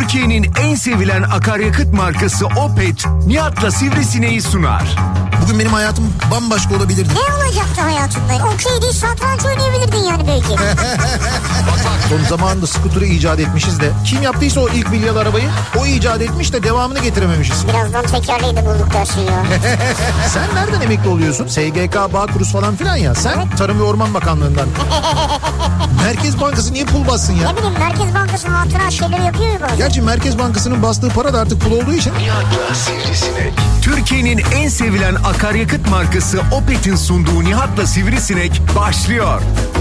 Türkiye'nin en sevilen akaryakıt markası Opet, Nihat'la Sivrisineği sunar. Bugün benim hayatım bambaşka olabilirdi. Ne olacaktı hayatında? Okey değil, satranç oynayabilirdin yani belki. Son zamanında skuturu icat etmişiz de. Kim yaptıysa o ilk milyalı arabayı o icat etmiş de devamını getirememişiz. Birazdan tekerleği de bulduk dersin ya. Sen nereden emekli oluyorsun? SGK, Bağkuruz falan filan ya. Sen evet. Tarım ve Orman Bakanlığı'ndan. Merkez Bankası niye pul bassın ya? Ne bileyim, Merkez Bankası hatıra şeyleri yapıyor ya bazen. Gerçi Merkez Bankası'nın bastığı para da artık pul olduğu için. Nihat'la Sivrisinek. Türkiye'nin en sevilen akaryakıt markası Opet'in sunduğu Nihat'la Sivrisinek başlıyor.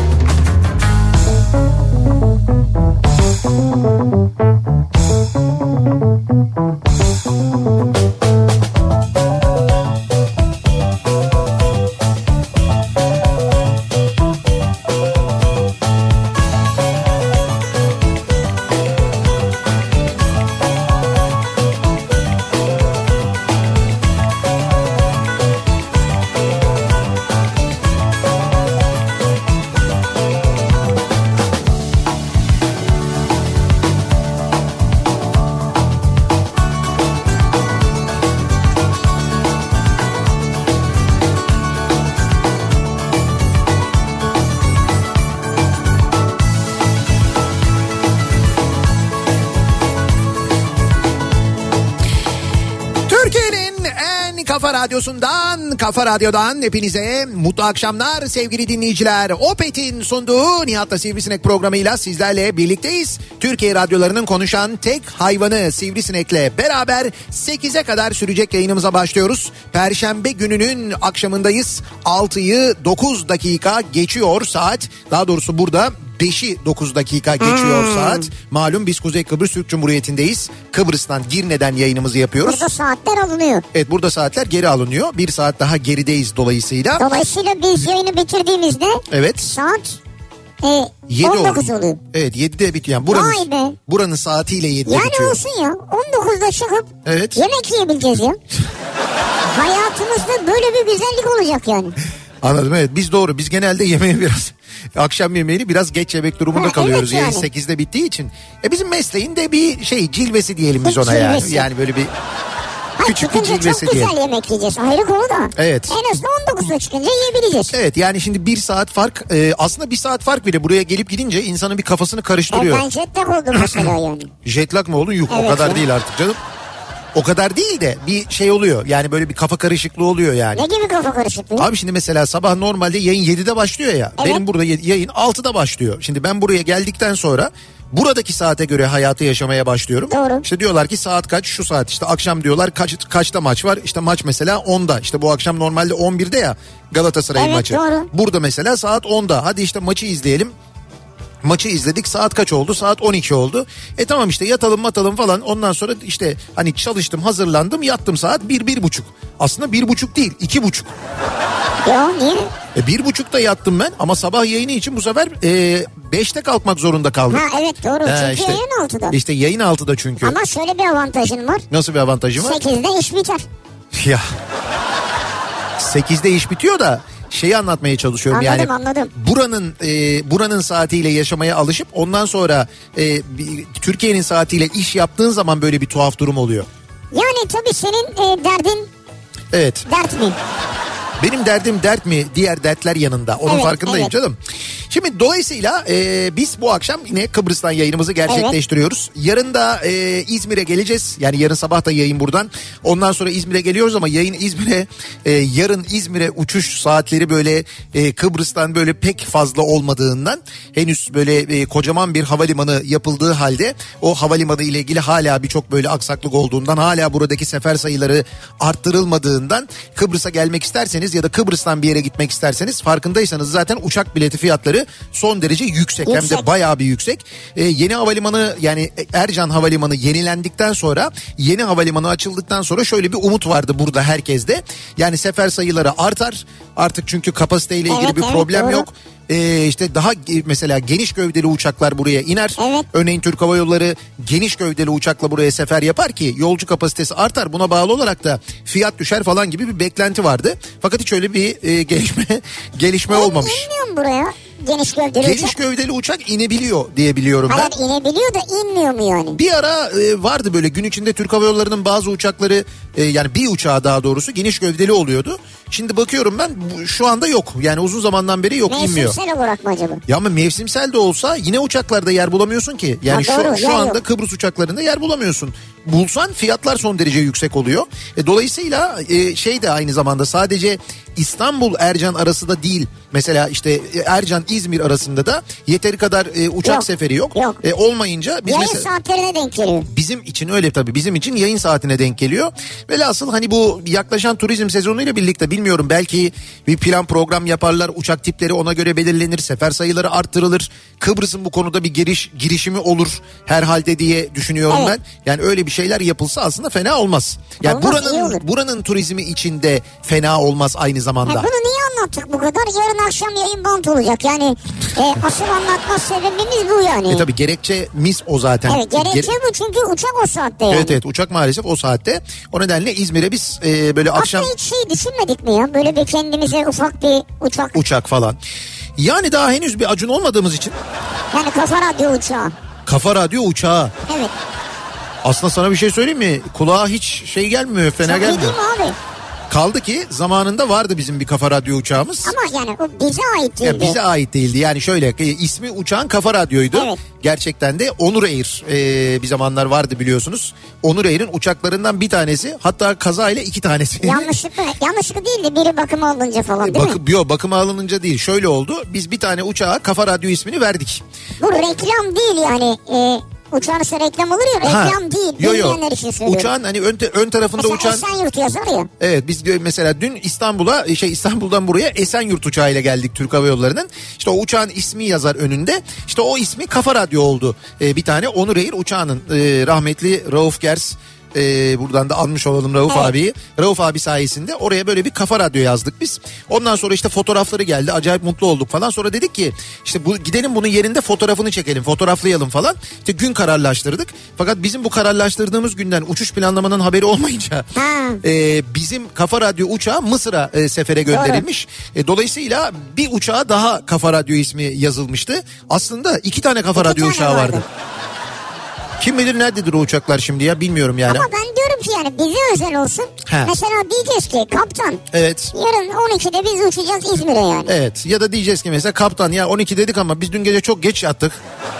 Kafa Radyo'dan hepinize mutlu akşamlar sevgili dinleyiciler. Opet'in sunduğu Nihat'la Sivrisinek programıyla sizlerle birlikteyiz. Türkiye radyolarının konuşan tek hayvanı Sivrisinek'le beraber 8'e kadar sürecek yayınımıza başlıyoruz. Perşembe gününün akşamındayız. 6'yı 9 dakika geçiyor saat. Daha doğrusu burada 5'i 9 dakika geçiyor saat. Malum biz Kuzey Kıbrıs Türk Cumhuriyeti'ndeyiz. Kıbrıs'tan Girne'den yayınımızı yapıyoruz. Burada saatler alınıyor. Evet, burada saatler geri alınıyor. Bir saat daha gerideyiz dolayısıyla. Dolayısıyla biz yayını bitirdiğimizde evet. Saat 7 19 oluyor. Evet, 7'de bitiyor. Yani buranın saatiyle 7'de yani bitiyor. Yani olsun ya, 19'da çıkıp evet. Yemek yiyebileceğiz ya. Hayatımızda böyle bir güzellik olacak yani. Anladım, evet, biz doğru. Biz genelde yemeği biraz akşam yemeğini biraz geç yemek durumunda kalıyoruz. Evet yani. 8'de bittiği için. Bizim mesleğin de bir cilvesi diyelim biz ona yani. Yani böyle bir küçük bir cilvesi çok diyelim. güzel yemek yiyeceğiz, ayrı konu da. Evet. En azından 19'da çıkınca yiyebileceğiz. Evet, yani şimdi 1 saat fark, aslında 1 saat fark bile buraya gelip gidince insanın bir kafasını karıştırıyor. Ben jetlag oldum mesela yani. Jetlag mı oldun? Yok, evet, o kadar ya. Değil artık canım. O kadar değil de bir şey oluyor. Yani böyle bir kafa karışıklığı oluyor yani. Ne gibi kafa karışıklığı? Abi şimdi mesela sabah normalde yayın 7'de başlıyor ya. Evet. Benim burada yayın 6'da başlıyor. Şimdi ben buraya geldikten sonra buradaki saate göre hayatı yaşamaya başlıyorum. Doğru. İşte diyorlar ki saat kaç, şu saat, işte akşam diyorlar kaçta maç var. İşte maç mesela 10'da. İşte bu akşam normalde 11'de ya Galatasaray'ın evet, maçı. Doğru. Burada mesela saat 10'da. Hadi işte maçı izleyelim. Maçı izledik, saat kaç oldu? Saat 12 oldu. Tamam işte yatalım falan, ondan sonra işte hani çalıştım, hazırlandım, yattım saat 1-1.30. Aslında 1.30 değil, 2.30. Ya niye? 1.30'da yattım ben ama sabah yayını için bu sefer 5'te kalkmak zorunda kaldım. Ha evet doğru, çünkü işte, yayın 6'da. İşte yayın 6'da çünkü. Ama şöyle bir avantajın var. Nasıl bir avantajın var? 8'de iş biter. Ya 8'de iş bitiyor da şeyi anlatmaya çalışıyorum. Anladım. Buranın saatiyle yaşamaya alışıp ondan sonra Türkiye'nin saatiyle iş yaptığın zaman böyle bir tuhaf durum oluyor. Yani tabii senin derdin evet. Dert mi? Benim derdim dert mi? Diğer dertler yanında. Onun farkındayım canım. Şimdi dolayısıyla biz bu akşam yine Kıbrıs'tan yayınımızı gerçekleştiriyoruz. Evet. Yarın da İzmir'e geleceğiz. Yani yarın sabah da yayın buradan. Ondan sonra İzmir'e geliyoruz ama yayın İzmir'e yarın İzmir'e uçuş saatleri böyle Kıbrıs'tan böyle pek fazla olmadığından, henüz böyle kocaman bir havalimanı yapıldığı halde o havalimanı ile ilgili hala birçok böyle aksaklık olduğundan, hala buradaki sefer sayıları arttırılmadığından Kıbrıs'a gelmek isterseniz ya da Kıbrıs'tan bir yere gitmek isterseniz, farkındaysanız zaten uçak bileti fiyatları son derece yüksek. Hem de bayağı bir yüksek. Yeni havalimanı, yani Ercan Havalimanı yenilendikten sonra, yeni havalimanı açıldıktan sonra şöyle bir umut vardı burada herkeste. Yani sefer sayıları artar artık, çünkü kapasiteyle ilgili bir problem yok. İşte daha mesela geniş gövdeli uçaklar buraya iner. Evet. Örneğin Türk Hava Yolları geniş gövdeli uçakla buraya sefer yapar ki yolcu kapasitesi artar. Buna bağlı olarak da fiyat düşer falan gibi bir beklenti vardı. Fakat hiç öyle bir gelişme olmamış. Bilmiyorum buraya. geniş gövdeli uçak? Geniş gövdeli uçak inebiliyor diye biliyorum ben. Hayır, inebiliyor da inmiyor mu yani? Bir ara vardı böyle gün içinde Türk Hava Yolları'nın bazı uçakları yani bir uçağı daha doğrusu geniş gövdeli oluyordu. Şimdi bakıyorum ben şu anda yok. Yani uzun zamandan beri yok, inmiyor. Mevsimsel olarak mı acaba? Ya ama mevsimsel de olsa yine uçaklarda yer bulamıyorsun ki. Yani doğru, şu anda yok. Kıbrıs uçaklarında yer bulamıyorsun. Bulsan fiyatlar son derece yüksek oluyor. Dolayısıyla şey de aynı zamanda sadece İstanbul Ercan arası da değil. Mesela işte Ercan İzmir arasında da yeteri kadar uçak Yok. seferi yok. Yok. Olmayınca biz Yayın mesela saatlerine denk geliyor. bizim için öyle tabii, bizim için yayın saatine denk geliyor. Velhasıl hani bu yaklaşan turizm sezonuyla birlikte bilmiyorum belki bir plan program yaparlar, uçak tipleri ona göre belirlenir, sefer sayıları arttırılır. Kıbrıs'ın bu konuda bir girişimi olur herhalde diye düşünüyorum Evet. ben. Yani öyle bir şeyler yapılsa aslında fena olmaz. Yani Olmaz, iyi olur. buranın turizmi için de fena olmaz aynı zamanda. Bunu niye anlattık bu kadar? Yarın akşam yayın bant olacak. Yani asıl anlatma sebebimiz bu yani. Tabii gerekçemiz o zaten. Evet, gerekçe bu çünkü uçak o saatte yani. Evet uçak maalesef o saatte. O nedenle İzmir'e biz böyle akşam... Aslında hiç şey düşünmedik mi ya? Böyle bir kendimize ufak bir uçak. Uçak falan. Yani daha henüz bir Acun olmadığımız için. Yani kafa radyo uçağı. Kafa radyo uçağı. Evet. Aslında sana bir şey söyleyeyim mi? Kulağa hiç şey gelmiyor, fena Çok iyi gelmiyor. değil mi abi? Kaldı ki zamanında vardı bizim bir kafa radyo uçağımız. Ama yani o bize ait değildi. Ya bize ait değildi. Yani şöyle ismi uçağın Kafa Radyo'ydu. Evet. Gerçekten de Onur Air bir zamanlar vardı biliyorsunuz. Onur Air'in uçaklarından bir tanesi, hatta kazayla 2 tanesi. Yanlışlıkla değildi, biri bakıma alınca falan değil mi? Yok, bakıma alınınca değil. Şöyle oldu. Biz bir tane uçağa Kafa Radyo ismini verdik. Bu reklam değil yani. Uçağın ise reklam olur ya, reklam değil. Bilmeyenler için söylüyorum. Uçağın hani ön tarafında mesela uçağın... Esenyurt yazar ya. Evet, biz mesela dün İstanbul'dan buraya Esenyurt uçağıyla geldik Türk Hava Yolları'nın. İşte o uçağın ismi yazar önünde. İşte o ismi Kafa Radyo oldu. Bir tane Onur Air uçağının rahmetli Rauf Gers. Buradan da almış olalım Rauf abiyi. Rauf abi sayesinde oraya böyle bir Kafa Radyo yazdık biz. Ondan sonra işte fotoğrafları geldi. Acayip mutlu olduk falan. Sonra dedik ki işte gidelim bunun yerinde fotoğrafını çekelim. Fotoğraflayalım falan. İşte gün kararlaştırdık. Fakat bizim bu kararlaştırdığımız günden uçuş planlamanın haberi olmayınca bizim Kafa Radyo uçağı Mısır'a sefere gönderilmiş. Dolayısıyla bir uçağa daha Kafa Radyo ismi yazılmıştı. Aslında 2 tane Kafa Radyo uçağı vardı. Kim bilir nerededir o uçaklar şimdi ya, bilmiyorum yani. Ama ben diyorum ki yani bize özel olsun. Mesela diyeceğiz ki kaptan. Evet. Yarın 12'de biz uçacağız İzmir'e yani. Evet, ya da diyeceğiz ki mesela kaptan ya 12 dedik ama biz dün gece çok geç yattık.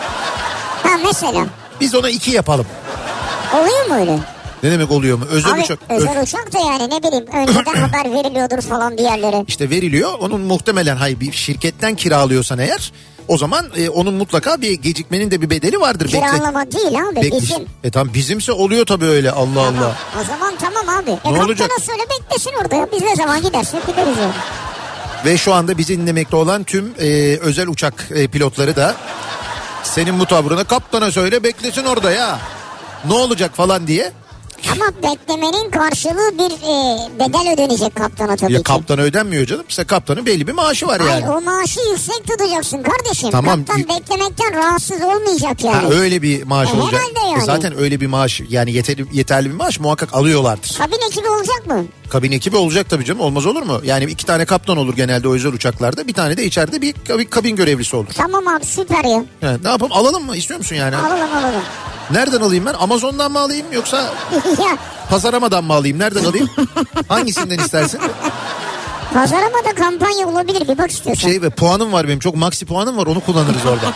Mesela. Biz ona 2 yapalım. Oluyor mu öyle? Ne demek oluyor mu? Özel uçak. Özel uçak da yani ne bileyim önceden haber veriliyordur falan diğerlere. İşte veriliyor. Onun muhtemelen bir şirketten kiralıyorsan eğer, o zaman onun mutlaka bir gecikmenin de bir bedeli vardır. Kiralama değil abi, bizim. Tamam, bizimse oluyor tabii öyle, Allah Allah. O zaman tamam abi. Ne olacak? Kaptana söyle beklesin orada ya. Biz ne zaman gidersek gideriz yani. Ve şu anda bizi dinlemekte olan tüm özel uçak pilotları da senin bu tavrına, kaptana söyle beklesin orada ya. Ne olacak falan diye. Ama beklemenin karşılığı bir bedel ödenecek kaptana tabii ki. Kaptana ödenmiyor canım. İşte kaptanın belli bir maaşı var yani. Hayır, o maaşı yüksek tutacaksın kardeşim. Tamam. Kaptan beklemekten rahatsız olmayacak yani. Öyle bir maaş olacak. Herhalde yani. Zaten öyle bir maaş, yani yeterli bir maaş muhakkak alıyorlardır. Kabin ekibi olacak mı? Kabin ekibi olacak tabii canım, olmaz olur mu? Yani 2 tane kaptan olur genelde o özel uçaklarda. Bir tane de içeride bir kabin görevlisi olur. Tamam abi, süper ya. Yani ne yapalım, alalım mı, istiyor musun yani? Alalım. Nereden alayım ben? Amazon'dan mı alayım yoksa Ya. Pazaramadan mı alayım? Nereden alayım? Hangisinden istersin? Pazaramada kampanya olabilir, bir bak istiyorsan. Puanım var benim, çok maxi puanım var, onu kullanırız orada.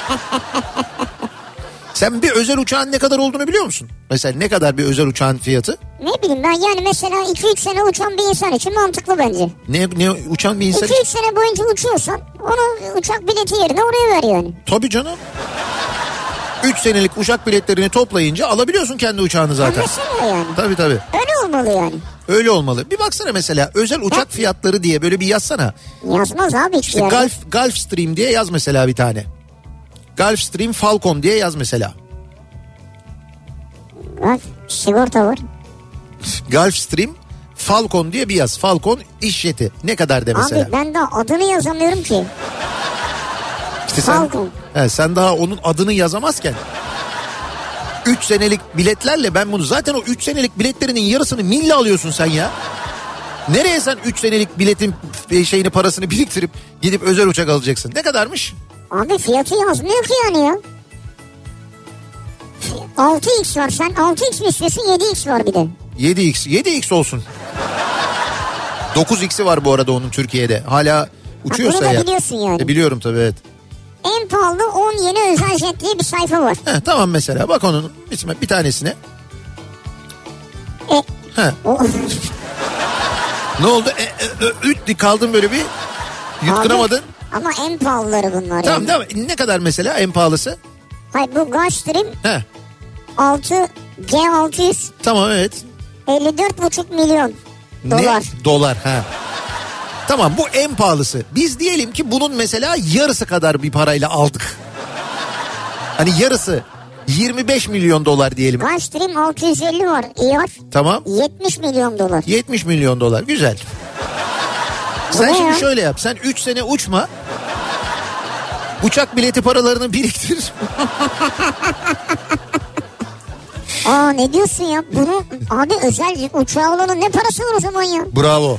Sen bir özel uçağın ne kadar olduğunu biliyor musun? Mesela ne kadar bir özel uçağın fiyatı? Ne bileyim ben yani, mesela 2-3 sene uçan bir insan için mantıklı bence. Ne uçan bir insan 2-3 sene boyunca uçuyorsan onu uçak bileti yerine oraya ver yani. Tabii canım. 3 senelik uçak biletlerini toplayınca alabiliyorsun kendi uçağını zaten. Mesela yani. Tabii. Öyle olmalı yani. Öyle olmalı. Bir baksana mesela özel uçak fiyatları diye böyle bir yazsana. Yazmaz abi hiç İşte yani. Gulfstream diye yaz mesela bir tane. Gulfstream Falcon diye yaz mesela. Bak sigorta var. Gulfstream Falcon diye bir yaz. Falcon iş jeti. Ne kadar de mesela? Abi ben daha adını yazamıyorum ki. İşte Falcon. Sen daha onun adını yazamazken 3 senelik biletlerle ben bunu, zaten o 3 senelik biletlerinin yarısını mille alıyorsun sen ya. Nereye sen 3 senelik biletin parasını biriktirip gidip özel uçak alacaksın? Ne kadarmış? Abi fiyatı yazmıyor ki yani ya. 6x var, sen 6x mi istiyorsun, 7x var bir de. 7x olsun. 9x'i var bu arada onun Türkiye'de. Hala uçuyorsa ya. Bunu da biliyorsun yani. Biliyorum tabii, evet. En pahalı 10 yeni özel jet diye bir sayfa var. Tamam, mesela bak onun bir tanesine. Ne oldu? Kaldın böyle bir yutkunamadın. Ama en pahalıları bunlar. Tamam yani. tamam. Ne kadar mesela en pahalısı? Hayır, bu Gulfstream 6 G600. Tamam, evet. 54,5 milyon dolar. Ne? Dolar, Tamam, bu en pahalısı. Biz diyelim ki bunun mesela yarısı kadar bir parayla aldık. Hani yarısı 25 milyon dolar diyelim. Gulfstream 650 var. İyi var. Tamam. 70 milyon dolar. 70 milyon dolar. Güzel. Sen şimdi şöyle yap. Sen 3 sene uçma. Uçak bileti paralarını biriktir. Ne diyorsun ya? Bunu abi özel uçağı olanın ne parası var o zaman ya? Bravo.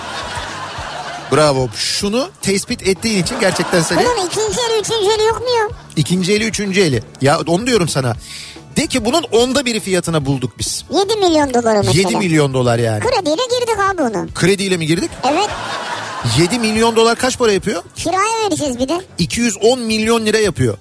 Bravo. Şunu tespit ettiğin için gerçekten seni... Bunun ikinci eli, üçüncü eli yok mu ya? İkinci eli, üçüncü eli. Ya onu diyorum sana. De ki bunun 1/10 fiyatına bulduk biz. 7 milyon doları mesela. 7 milyon dolar yani. Krediyle girdik abi ona. Krediyle mi girdik? Evet. 7 milyon dolar kaç para yapıyor? Kiraya vereceğiz bir de. 210 milyon lira yapıyor.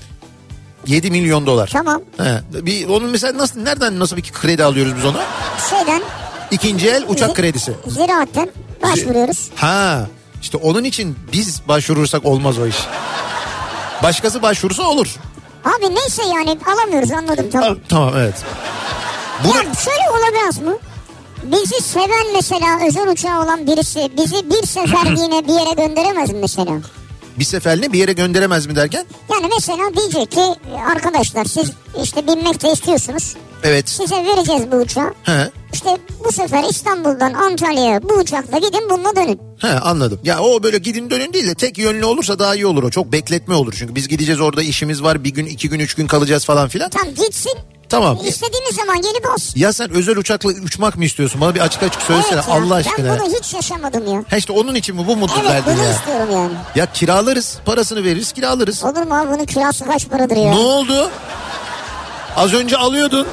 7 milyon dolar. Tamam. Onun mesela nasıl bir kredi alıyoruz biz ona? İkinci el uçak kredisi. Ziraat'tan başvuruyoruz. İşte onun için biz başvurursak olmaz o iş. Başkası başvurursa olur. Abi neyse yani alamıyoruz, anladım, tamam. Tamam, evet. Ya şöyle olamaz mı? Bizi seven mesela özel uçağı olan birisi bizi bir seferliğine bir yere gönderemez mi mesela? Bir seferliğine bir yere gönderemez mi derken? Yani mesela diyecek ki arkadaşlar siz işte binmek de istiyorsunuz. Evet. Size vereceğiz bu uçağı. İşte bu sefer İstanbul'dan Antalya'ya bu uçakla gidin, bununla dönün. Anladım. Ya o böyle gidin dönün değil de tek yönlü olursa daha iyi olur o. Çok bekletme olur çünkü biz gideceğiz, orada işimiz var, bir gün, 2 gün, 3 gün kalacağız falan filan. Tamam, gitsin. Tamam. İstediğiniz zaman gelip olsun. Ya sen özel uçakla uçmak mı istiyorsun? Bana bir açık söylesene, evet Allah aşkına. Ben bunu hiç yaşamadım ya. İşte onun için mi bu mutluluk verdin ya? Evet, bunu istiyorum yani. Ya kiralarız, parasını veririz, kiralarız. Olur mu abi, bunun kirası kaç paradır ya? Ne oldu? Az önce alıyordun.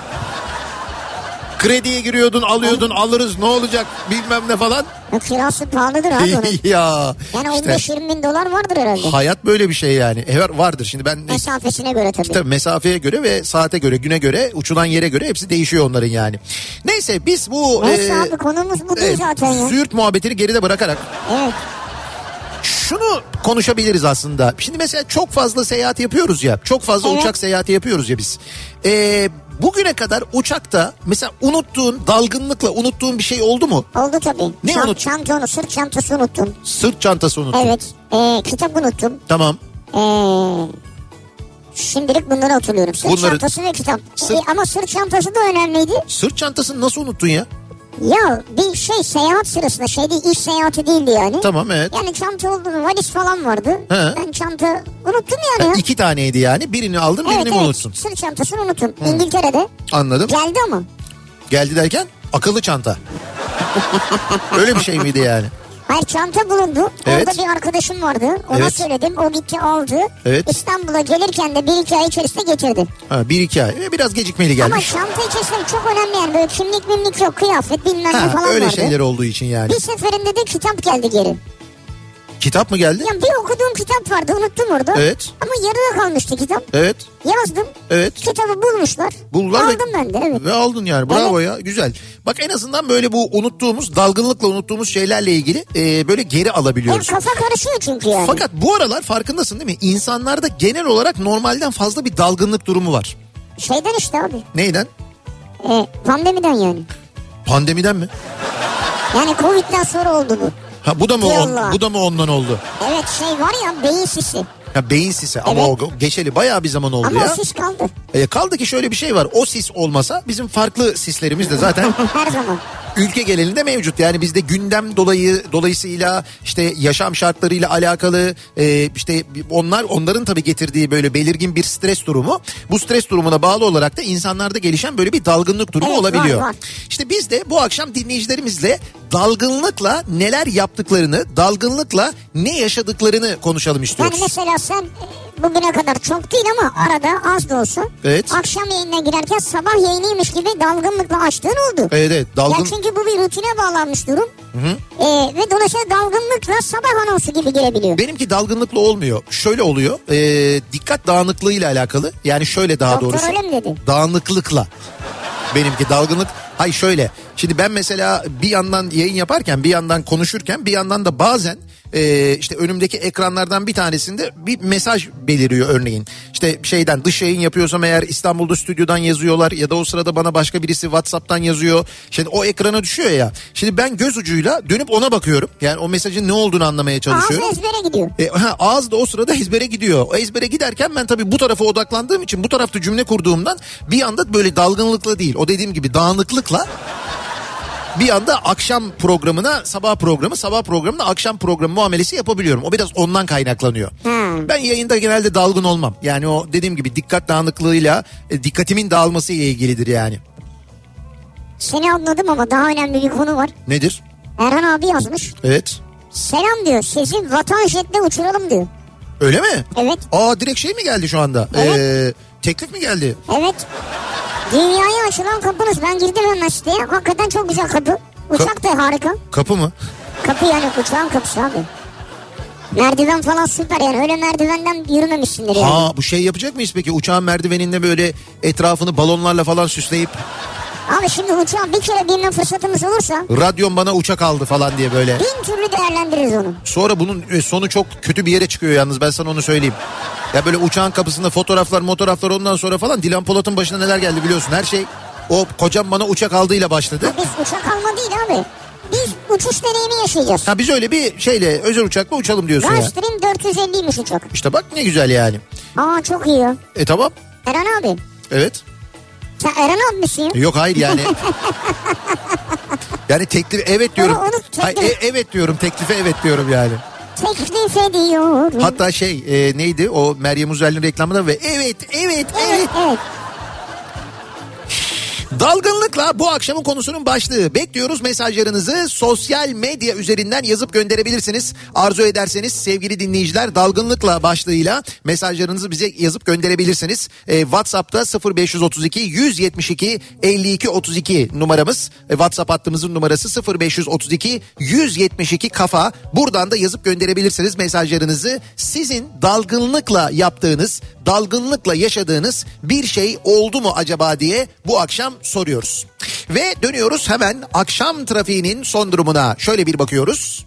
Krediye giriyordun, alıyordun, alırız, ne olacak bilmem ne falan. Kirası pahalıdır abi onun. Ya. Yani 15-20 bin dolar vardır herhalde. Hayat böyle bir şey yani. Vardır şimdi ben... Mesafesine göre tabii. Tabii mesafeye göre ve saate göre, güne göre, uçulan yere göre hepsi değişiyor onların yani. Neyse biz bu... Neyse abi, konumuz bu değil zaten ya. Züğürt muhabbetini geride bırakarak... Evet. Şunu konuşabiliriz aslında. Şimdi mesela çok fazla seyahat yapıyoruz ya. Çok fazla uçak seyahati yapıyoruz ya biz. Bugüne kadar uçakta mesela dalgınlıkla unuttuğun bir şey oldu mu? Oldu tabii. Ne unuttun? Sırt çantası unuttum. Sırt çantası unuttun. Evet. Kitap unuttum. Tamam. Şimdilik bunları hatırlıyorum. Sırt çantası ve kitap. Ama sırt çantası da önemliydi. Sırt çantasını nasıl unuttun ya? Ya bir seyahat sırasında iş seyahati değildi yani. Tamam, evet. Yani çanta oldu, valiz falan vardı. Ben çanta unuttum yani. 2 taneydi yani, birini aldın, birini mi unuttun? Sırt çantasını unuttum. İngiltere'de. Anladım. Geldi ama. Geldi derken akıllı çanta. Öyle bir şey miydi yani? Hayır, çanta bulundu. Evet. Orada bir arkadaşım vardı. Ona söyledim. O gitti aldı. Evet. İstanbul'a gelirken de 1-2 ay içerisinde getirdi. 1-2 ay. Biraz gecikmeli gelmiş. Ama çanta içerisinde çok önemli yani. Böyle kimlik yok, kıyafet bilmem ne falan öyle vardı. şeyler olduğu için yani. Bir seferinde de kitap geldi geri. Kitap mı geldi? Ya bir okuduğum kitap vardı, unuttum orada. Evet. Ama yarıda kalmıştı kitap. Evet. Yazdım. Evet. Kitabı bulmuşlar. Aldım ben de, evet. Ve aldın yani, bravo ya, güzel. Bak en azından böyle bu dalgınlıkla unuttuğumuz şeylerle ilgili böyle geri alabiliyoruz. Kafa karışıyor çünkü yani. Fakat bu aralar farkındasın değil mi? İnsanlarda genel olarak normalden fazla bir dalgınlık durumu var. Şeyden işte abi. Neyden? Pandemiden yani. Pandemiden mi? Yani Covid'den sonra oldu bu. Bu da mı ondan oldu? Evet, var ya, beyin sisi. Beyin sisi ama o geçeli bayağı bir zaman oldu ama ya. Ama o sis kaldı. Kaldı ki şöyle bir şey var. O sis olmasa bizim farklı sislerimiz de zaten. Her zaman. ülke genelinde mevcut. Yani bizde gündem dolayısıyla işte yaşam şartlarıyla alakalı işte onların tabii getirdiği böyle belirgin bir stres durumu. Bu stres durumuna bağlı olarak da insanlarda gelişen böyle bir dalgınlık durumu olabiliyor. Var. İşte biz de bu akşam dinleyicilerimizle dalgınlıkla neler yaptıklarını, dalgınlıkla ne yaşadıklarını konuşalım istiyoruz. Yani mesela sen bugüne kadar çok değil ama arada az da olsa. Evet. Akşam yayınına girerken sabah yayınıymış gibi dalgınlıkla açtığın oldu. Evet. Ya çünkü bu bir rutine bağlanmış durum. Ve dolayısıyla dalgınlıkla sabah anonsu gibi girebiliyor. Benimki dalgınlıkla olmuyor. Şöyle oluyor. Dikkat dağınıklığıyla alakalı. Yani şöyle daha Doktor doğrusu. Öyle mi dedi? Dağınıklıkla. Benimki dalgınlık. Hayır şöyle. Şimdi ben mesela bir yandan yayın yaparken, bir yandan konuşurken, bir yandan da bazen işte önümdeki ekranlardan bir tanesinde bir mesaj beliriyor örneğin. İşte şeyden, dış yayın yapıyorsam eğer İstanbul'da stüdyodan yazıyorlar ya da o sırada bana başka birisi WhatsApp'tan yazıyor. Şimdi o ekrana düşüyor ya. Şimdi ben göz ucuyla dönüp ona bakıyorum. Yani o mesajın ne olduğunu anlamaya çalışıyorum. Ağız ezbere gidiyor. Ağız da o sırada ezbere gidiyor. O ezbere giderken ben tabii bu tarafa odaklandığım için, bu tarafta cümle kurduğumdan bir anda böyle dalgınlıkla değil, o dediğim gibi dağınıklıkla bir anda akşam programına sabah programına akşam programı muamelesi yapabiliyorum. O biraz ondan kaynaklanıyor. Ben yayında genelde dalgın olmam. Yani o dediğim gibi dikkat dağınıklığıyla dikkatimin dağılması ile ilgilidir yani. Seni anladım ama daha önemli bir konu var. Nedir? Erhan abi yazmış. Evet. Selam diyor, sizi vatan jetle uçuralım diyor. Öyle mi? Evet. Direkt şey mi geldi şu anda? Evet. Teklif mi geldi? Evet. Dünyaya açılan kapınız. Ben girdim hemen siteye. Hakikaten çok güzel kapı. Uçak da harika. Kapı mı? Kapı yani uçağın kapısı abi. Merdiven falan süper yani. Öyle merdivenden yürümemişsindir yani. Bu şey yapacak mıyız peki? Uçağın merdiveninde böyle etrafını balonlarla falan süsleyip... Abi şimdi uçağa bir kere binme fırsatımız olursa... Radyon bana uçak aldı falan diye böyle. 1000 türlü değerlendiririz onu. Sonra bunun sonu çok kötü bir yere çıkıyor yalnız, ben sana onu söyleyeyim. Ya böyle uçağın kapısında fotoğraflar ondan sonra falan Dilan Polat'ın başına neler geldi biliyorsun. Her şey o kocam bana uçak aldığıyla başladı. Ya biz uçak alma değil abi. Biz uçuş deneyimi yaşayacağız. Biz öyle bir şeyle, özel uçakla uçalım diyorsun ya. Gulfstream 450'ymiş uçak. İşte bak ne güzel yani. Çok iyi ya. Tamam. Erhan abi. Evet. Sen Erhan abi misin? Yok hayır yani. Yani teklif evet diyorum. Evet diyorum, teklife evet diyorum yani. Teklif ediyorum. Hatta neydi o Meryem Uzerli'nin reklamında ve evet. Dalgınlıkla bu akşamın konusunun başlığı. Bekliyoruz mesajlarınızı, sosyal medya üzerinden yazıp gönderebilirsiniz. Arzu ederseniz sevgili dinleyiciler, dalgınlıkla başlığıyla mesajlarınızı bize yazıp gönderebilirsiniz. WhatsApp'ta 0532 172 52 32 numaramız. WhatsApp hattımızın numarası 0532 172 kafa. Buradan da yazıp gönderebilirsiniz mesajlarınızı. Sizin dalgınlıkla yaptığınız, dalgınlıkla yaşadığınız bir şey oldu mu acaba diye bu akşam soruyoruz. Ve dönüyoruz hemen akşam trafiğinin son durumuna. Şöyle bir bakıyoruz.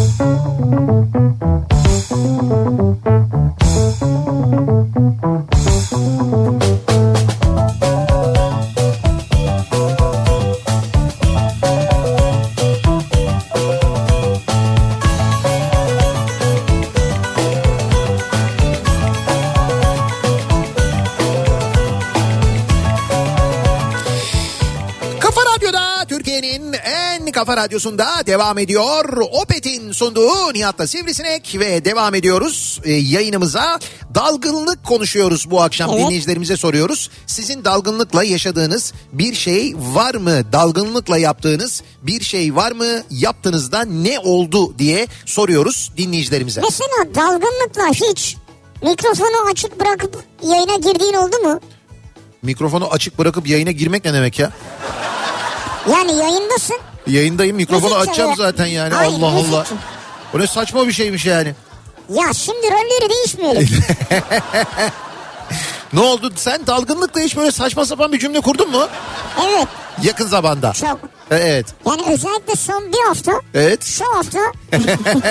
Kafa Radyosu'nda devam ediyor. Opet'in sunduğu Nihat'la Sivrisinek ve devam ediyoruz yayınımıza. Dalgınlık konuşuyoruz bu akşam, evet. Dinleyicilerimize soruyoruz. Sizin dalgınlıkla yaşadığınız bir şey var mı? Dalgınlıkla yaptığınız bir şey var mı? Yaptığınızda ne oldu diye soruyoruz dinleyicilerimize. Mesela dalgınlıkla hiç mikrofonu açık bırakıp yayına girdiğin oldu mu? Mikrofonu açık bırakıp yayına girmek ne demek ya? Yani yayındasın. Yayındayım, mikrofonu açacağım zaten yani. Hayır, Allah Allah. Bu ne saçma bir şeymiş yani. Ya şimdi rolleri değişmeyelim. Ne oldu? Sen dalgınlıkla hiç böyle saçma sapan bir cümle kurdun mu? Evet. Yakın zamanda. Çok. Evet. Yani özellikle son bir hafta. Evet. Şu hafta.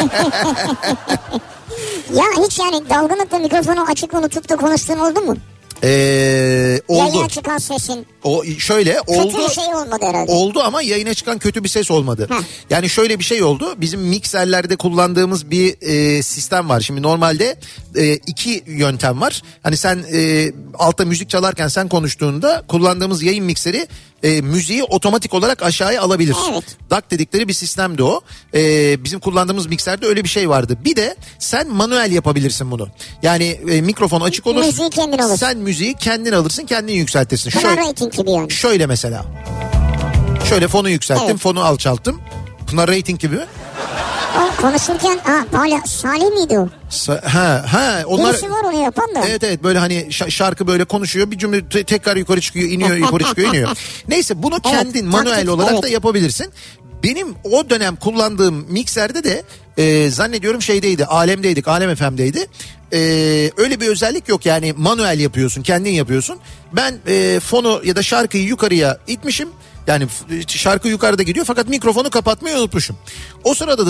Ya hiç yani dalgınlıkla mikrofonu açık unutup da konuştuğun oldu mu? Oldu. Yayına çıkan sesin. Şöyle oldu. Kötü bir şey olmadı herhalde. Oldu ama yayına çıkan kötü bir ses olmadı. Heh. Yani şöyle bir şey oldu. Bizim mikserlerde kullandığımız bir sistem var. Şimdi normalde 2 yöntem var. Hani sen altta müzik çalarken sen konuştuğunda kullandığımız yayın mikseri müziği otomatik olarak aşağıya alabilir. Evet. DAC dedikleri bir sistemdi o. Bizim kullandığımız mikserde öyle bir şey vardı. Bir de sen manuel yapabilirsin bunu. Yani mikrofon açık olur. Müziği kendin alırsın. Sen müziği kendin alırsın, kendin yükseltirsin. Pınar Rating gibi yani. Şöyle mesela. Şöyle fonu yükselttim, Evet. fonu alçalttım. Pınar Rating gibi. O konuşurken hala Salih miydi o? Onlar Birisi var onu yapan da. Evet böyle hani şarkı böyle konuşuyor, bir cümle tekrar yukarı çıkıyor, iniyor, yukarı çıkıyor, iniyor. Neyse bunu kendin manuel olarak da yapabilirsin. Benim o dönem kullandığım mikserde de zannediyorum şeydeydi, Alem'deydik, Alem FM'deydi. Öyle bir özellik yok yani, manuel yapıyorsun, kendin yapıyorsun. Ben fonu ya da şarkıyı yukarıya itmişim. Yani şarkı yukarıda gidiyor fakat mikrofonu kapatmayı unutmuşum. O sırada da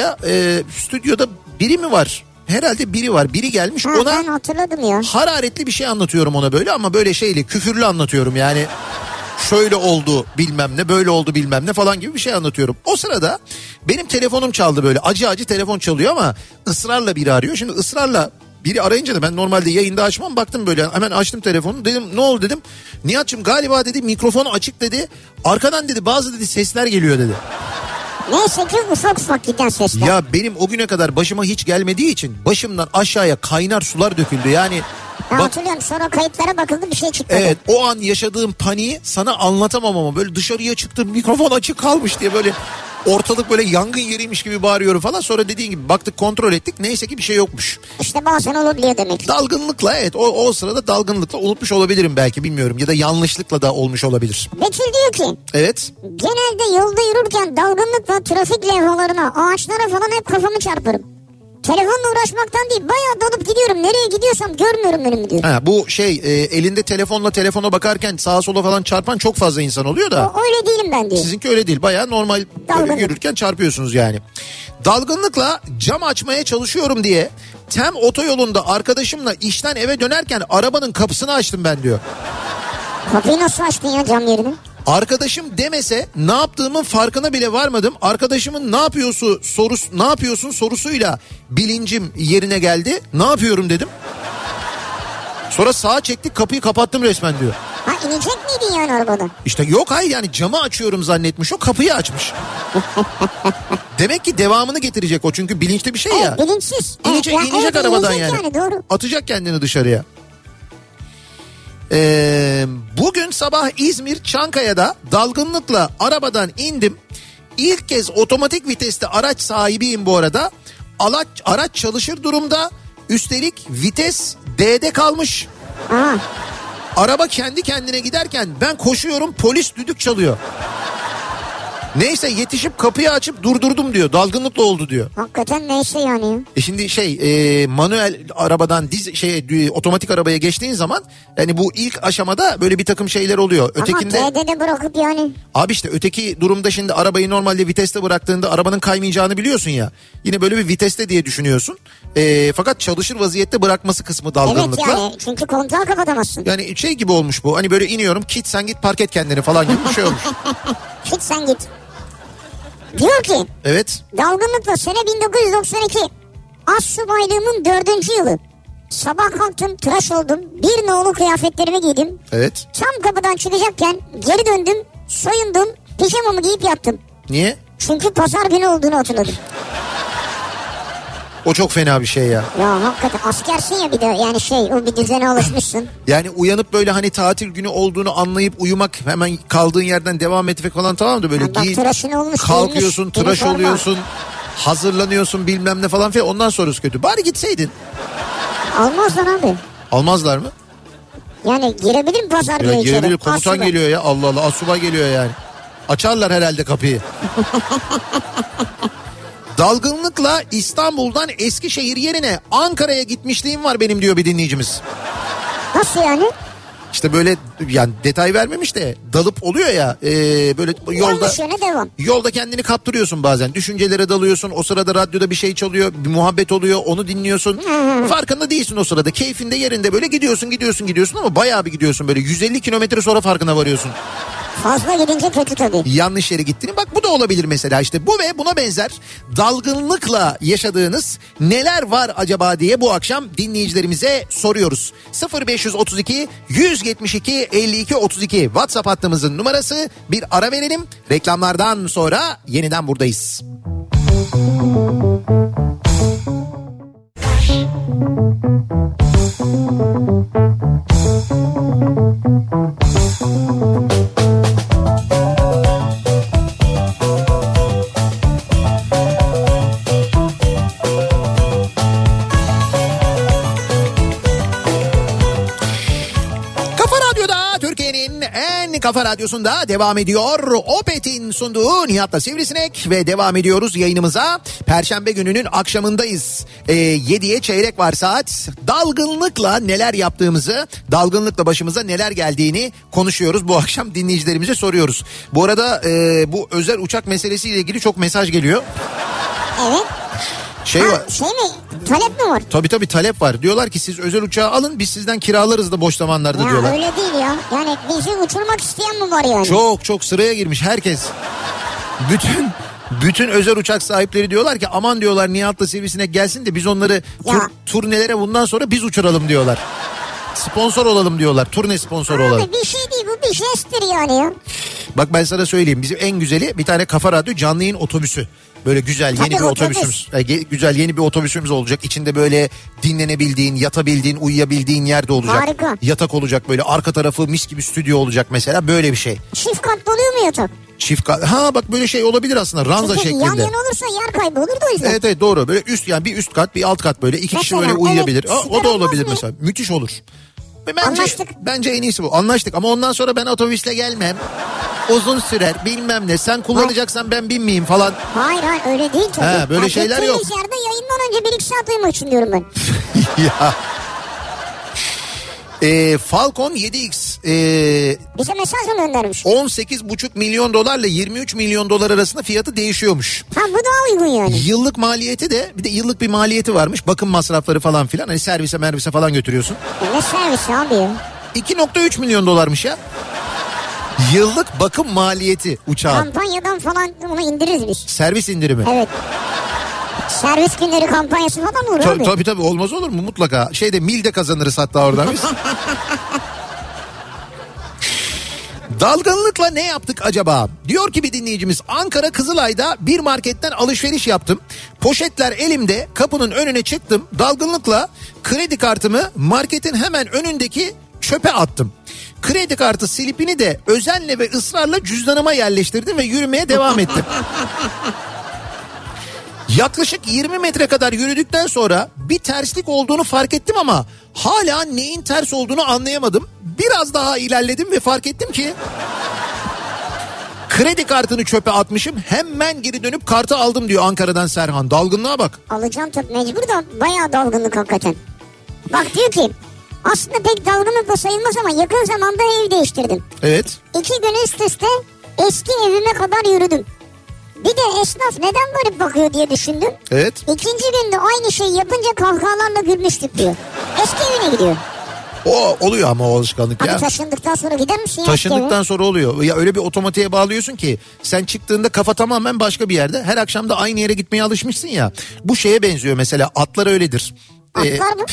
stüdyoda biri mi var? Herhalde biri var. Biri gelmiş ona. Ben hatırladım ya. Hararetli bir şey anlatıyorum ona böyle, ama böyle şeyle küfürlü anlatıyorum yani. Şöyle oldu bilmem ne, böyle oldu bilmem ne falan gibi bir şey anlatıyorum. O sırada benim telefonum çaldı, böyle acı telefon çalıyor ama ısrarla biri arıyor. Şimdi ısrarla biri arayınca da ben normalde yayında açmam, baktım böyle hemen açtım telefonu, dedim ne oldu dedim. Nihat'cığım galiba dedi mikrofonu açık dedi, arkadan dedi bazı dedi sesler geliyor dedi. Neyse ki ufak giden sesler. Ya benim o güne kadar başıma hiç gelmediği için başımdan aşağıya kaynar sular döküldü yani. Hatırlıyorum, sonra kayıtlara bakıldı, bir şey çıktı. Evet, o an yaşadığım paniği sana anlatamam ama böyle dışarıya çıktım, mikrofon açık kalmış diye böyle ortalık böyle yangın yeriymiş gibi bağırıyorum falan. Sonra dediğin gibi baktık, kontrol ettik, neyse ki bir şey yokmuş. İşte bazen olabiliyor demek. Dalgınlıkla, evet, o sırada dalgınlıkla unutmuş olabilirim belki, bilmiyorum, ya da yanlışlıkla da olmuş olabilir. Betül diyor ki. Evet. Genelde yolda yürürken dalgınlıkla trafik levhalarına, ağaçlara falan hep kafamı çarparım. Telefonla uğraşmaktan değil, bayağı dalıp gidiyorum. Nereye gidiyorsam görmüyorum önümü diyor. Bu elinde telefona bakarken sağa sola falan çarpan çok fazla insan oluyor da. Öyle değilim ben diyor. Sizinki öyle değil, bayağı normal yürürken çarpıyorsunuz yani. Dalgınlıkla cam açmaya çalışıyorum diye Tem otoyolunda arkadaşımla işten eve dönerken arabanın kapısını açtım ben diyor. Kapıyı nasıl açtın ya, cam yerini? Arkadaşım demese ne yaptığımın farkına bile varmadım. Arkadaşımın ne yapıyorsun sorusuyla bilincim yerine geldi. Ne yapıyorum dedim. Sonra sağa çektik, kapıyı kapattım resmen diyor. İnecek miydin yani arabadan? İşte yok, hayır yani camı açıyorum zannetmiş, o kapıyı açmış. Demek ki devamını getirecek o, çünkü bilinçli bir şey ya. Bilinçsiz. İnecek arabadan yani. Doğru. Atacak kendini dışarıya. Bugün sabah İzmir Çankaya'da dalgınlıkla arabadan indim. İlk kez otomatik vitesli araç sahibiyim bu arada. Araç çalışır durumda. Üstelik vites D'de kalmış. Araba kendi kendine giderken ben koşuyorum, polis düdük çalıyor. Neyse yetişip kapıyı açıp durdurdum diyor. Dalgınlıkla oldu diyor. Hakikaten neyse yani. Şimdi manuel arabadan otomatik arabaya geçtiğin zaman yani bu ilk aşamada böyle bir takım şeyler oluyor. Ötekinde, ama T'de bırakıp yani. Abi işte öteki durumda şimdi arabayı normalde viteste bıraktığında arabanın kaymayacağını biliyorsun ya. Yine böyle bir viteste diye düşünüyorsun. Fakat çalışır vaziyette bırakması kısmı dalgınlıkla. Evet yani, çünkü kontağı kapatamazsın. Yani şey gibi olmuş bu. Hani böyle iniyorum, git sen git park et kendini falan gibi bir şey olmuş. Git sen git. Diyor ki. Evet. Dalgınlıkla sene 1992. Astsubaylığımın 4. yılı. Sabah kalktım, tıraş oldum. Bir nolu kıyafetlerimi giydim. Evet. Tam kapıdan çıkacakken geri döndüm, soyundum, pijamamı giyip yattım. Niye? Çünkü pazar günü olduğunu hatırladım. O çok fena bir şey ya. Ya hakikaten askersin ya bir de, yani o bir düzene alışmışsın. Yani uyanıp böyle hani tatil günü olduğunu anlayıp uyumak, hemen kaldığın yerden devam etmek falan, tamam da böyle kalkıyorsun, tıraş oluyorsun, hazırlanıyorsun bilmem ne falan filan, ondan sonrası kötü. Bari gitseydin. Almazlar abi. Almazlar mı? Yani girebilir mi pazar günü içeri? Girebilir, komutan Asubay geliyor ya, Allah Allah, asubay geliyor yani. Açarlar herhalde kapıyı. Dalgınlıkla İstanbul'dan Eskişehir yerine Ankara'ya gitmişliğim var benim diyor bir dinleyicimiz. Nasıl yani? İşte böyle yani detay vermemiş de dalıp oluyor ya böyle yolda kendini kaptırıyorsun bazen. Düşüncelere dalıyorsun. O sırada radyoda bir şey çalıyor. Bir muhabbet oluyor. Onu dinliyorsun. Farkında değilsin o sırada. Keyfinde yerinde böyle gidiyorsun ama bayağı bir gidiyorsun böyle. 150 kilometre sonra farkına varıyorsun. Fazla gidince kötü tabii. Yanlış yere gittiğini. Bak bu da olabilir mesela, işte bu ve buna benzer dalgınlıkla yaşadığınız neler var acaba diye bu akşam dinleyicilerimize soruyoruz. 0532 172 52 32 WhatsApp hattımızın numarası. Bir ara verelim. Reklamlardan sonra yeniden buradayız. Kafa Radyosu'nda devam ediyor. Opet'in sunduğu Nihat'la Sivrisinek ve devam ediyoruz yayınımıza. Perşembe gününün akşamındayız. 7'ye çeyrek var saat. Dalgınlıkla neler yaptığımızı, dalgınlıkla başımıza neler geldiğini konuşuyoruz. Bu akşam dinleyicilerimize soruyoruz. Bu arada bu özel uçak meselesiyle ilgili çok mesaj geliyor. Evet. Şey mi? Talep mi var? Tabii talep var. Diyorlar ki siz özel uçağı alın, biz sizden kiralarız da boş zamanlarda ya diyorlar. Öyle değil ya. Yani bizi uçurmak isteyen mi var yani? Çok sıraya girmiş herkes. Bütün özel uçak sahipleri diyorlar ki aman diyorlar Nihat'la Sivrisinek gelsin de biz onları turnelere bundan sonra biz uçuralım diyorlar. Sponsor olalım diyorlar. Turne sponsoru olalım. Abi bir şey değil, bu bir jesttir yani ya. Bak ben sana söyleyeyim, bizim en güzeli bir tane Kafa Radyo canlı yayın otobüsü. Böyle güzel yeni bir otobüsümüz. Güzel yeni bir otobüsümüz olacak. İçinde böyle dinlenebildiğin, yatabildiğin, uyuyabildiğin yerde olacak. Harika. Yatak olacak böyle, arka tarafı mis gibi stüdyo olacak mesela, böyle bir şey. Çift katlı oluyor mu yatak? Çift kat. Ha bak böyle şey olabilir aslında, ranza çünkü şeklinde. Yan yana olursa yer kaybı olur da o yüzden. Evet doğru, böyle üst, yani bir üst kat bir alt kat böyle iki kişi böyle uyuyabilir. Evet, o da olabilir mesela. Müthiş olur. Bence en iyisi bu. Anlaştık ama ondan sonra ben otobüsle gelmem. Uzun sürer bilmem ne. Sen kullanacaksan ben binmeyeyim falan. Hayır öyle değil tabii. Böyle şeyler yok. Yerde yayından önce 1-2 saat uyumak için diyorum ben. Ya. Falcon 7X bize mesaj mı göndermiş? 18,5 milyon dolarla 23 milyon dolar arasında fiyatı değişiyormuş. Ha bu daha uygun yani. Yıllık maliyeti de, bir de yıllık bir maliyeti varmış. Bakım masrafları falan filan. Hani servise falan götürüyorsun. Ne servisi abi ya? 2,3 milyon dolarmış ya. Yıllık bakım maliyeti uçağın. Kampanyadan falan onu indiririz biz. Servis indirimi. Evet. Servis günleri kampanyası falan olur abi. Tabii olmaz olur mu, mutlaka. Milde kazanırız hatta oradan biz. Dalgınlıkla ne yaptık acaba? Diyor ki bir dinleyicimiz, Ankara Kızılay'da bir marketten alışveriş yaptım. Poşetler elimde, kapının önüne çıktım. Dalgınlıkla kredi kartımı marketin hemen önündeki çöpe attım. Kredi kartı slipini de özenle ve ısrarla cüzdanıma yerleştirdim ve yürümeye devam ettim. Yaklaşık 20 metre kadar yürüdükten sonra bir terslik olduğunu fark ettim ama hala neyin ters olduğunu anlayamadım. Biraz daha ilerledim ve fark ettim ki kredi kartını çöpe atmışım. Hemen geri dönüp kartı aldım diyor Ankara'dan Serhan. Dalgınlığa bak. Alacağım tabii, mecbur da bayağı dalgınlık hakikaten. Bak diyor ki aslında pek dalgınlık da sayılmaz ama yakın zamanda ev değiştirdim. Evet. 2 gün üst üste eski evime kadar yürüdüm. Bir de esnaf neden böyle bakıyor diye düşündüm. Evet. 2. günde aynı şeyi yapınca kahkahalarla gülmüştük diyor. Eski evine gidiyor. O oluyor ama o alışkanlık ya. Taşındıktan sonra gider misin ya? Taşındıktan sonra oluyor. Ya öyle bir otomatiğe bağlıyorsun ki sen çıktığında kafa tamamen başka bir yerde. Her akşam da aynı yere gitmeye alışmışsın ya. Bu şeye benziyor mesela, atlar öyledir. Atlar mı?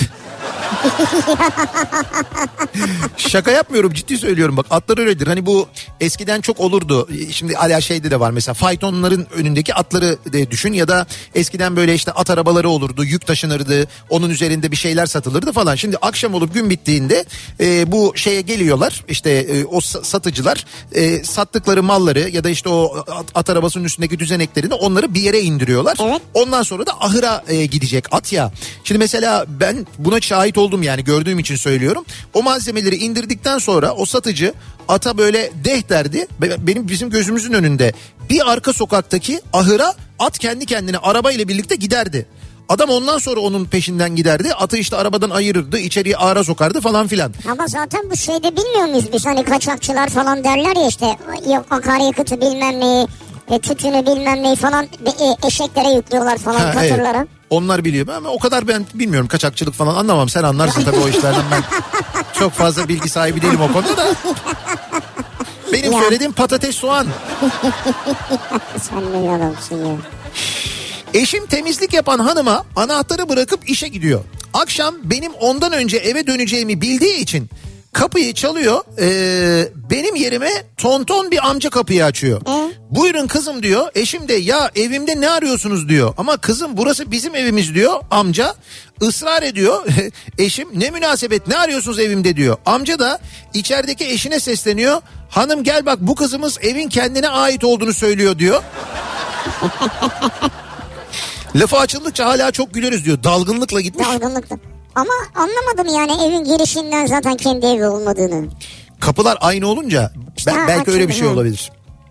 Şaka yapmıyorum, ciddi söylüyorum, bak atlar öyledir. Hani bu eskiden çok olurdu. Şimdi hala şeyde de var mesela, faytonların önündeki atları de düşün ya da eskiden böyle işte at arabaları olurdu, yük taşınırdı, onun üzerinde bir şeyler satılırdı falan. Şimdi akşam olup gün bittiğinde bu şeye geliyorlar işte o satıcılar sattıkları malları ya da işte o at arabasının üstündeki düzeneklerini, onları bir yere indiriyorlar. Evet. Ondan sonra da ahıra gidecek at ya. Şimdi mesela ben buna şahit oldum, yani gördüğüm için söylüyorum. O malzemeleri indirdikten sonra o satıcı ata böyle deh derdi. Bizim gözümüzün önünde bir arka sokaktaki ahıra at kendi kendine arabayla birlikte giderdi. Adam ondan sonra onun peşinden giderdi. Atı işte arabadan ayırırdı, içeriye ağra sokardı falan filan. Ama zaten bu şeyde bilmiyor muyuz biz, hani kaçakçılar falan derler ya işte, yok akaryakıtı bilmem neyi, tütünü bilmem neyi falan eşeklere yüklüyorlar falan, katırlara. Evet. Onlar biliyor ama o kadar ben bilmiyorum, kaçakçılık falan anlamam. Sen anlarsın tabii o işlerden, ben çok fazla bilgi sahibi değilim o konuda da. Benim söylediğim patates, soğan. Sen ne adamsın ya. Eşim temizlik yapan hanıma anahtarı bırakıp işe gidiyor. Akşam benim ondan önce eve döneceğimi bildiği için kapıyı çalıyor. Benim yerime tonton bir amca kapıyı açıyor. Buyurun kızım diyor. Eşim de ya evimde ne arıyorsunuz diyor. Ama kızım burası bizim evimiz diyor. Amca ısrar ediyor. Eşim ne münasebet, ne arıyorsunuz evimde diyor. Amca da içerideki eşine sesleniyor. Hanım gel bak, bu kızımız evin kendine ait olduğunu söylüyor diyor. Lafı açıldıkça hala çok güleriz diyor. Dalgınlıkla gitmiş. Dalgınlıkla. Ama anlamadım yani evin girişinden zaten kendi evi olmadığını. Kapılar aynı olunca belki öyle bir şey olabilir.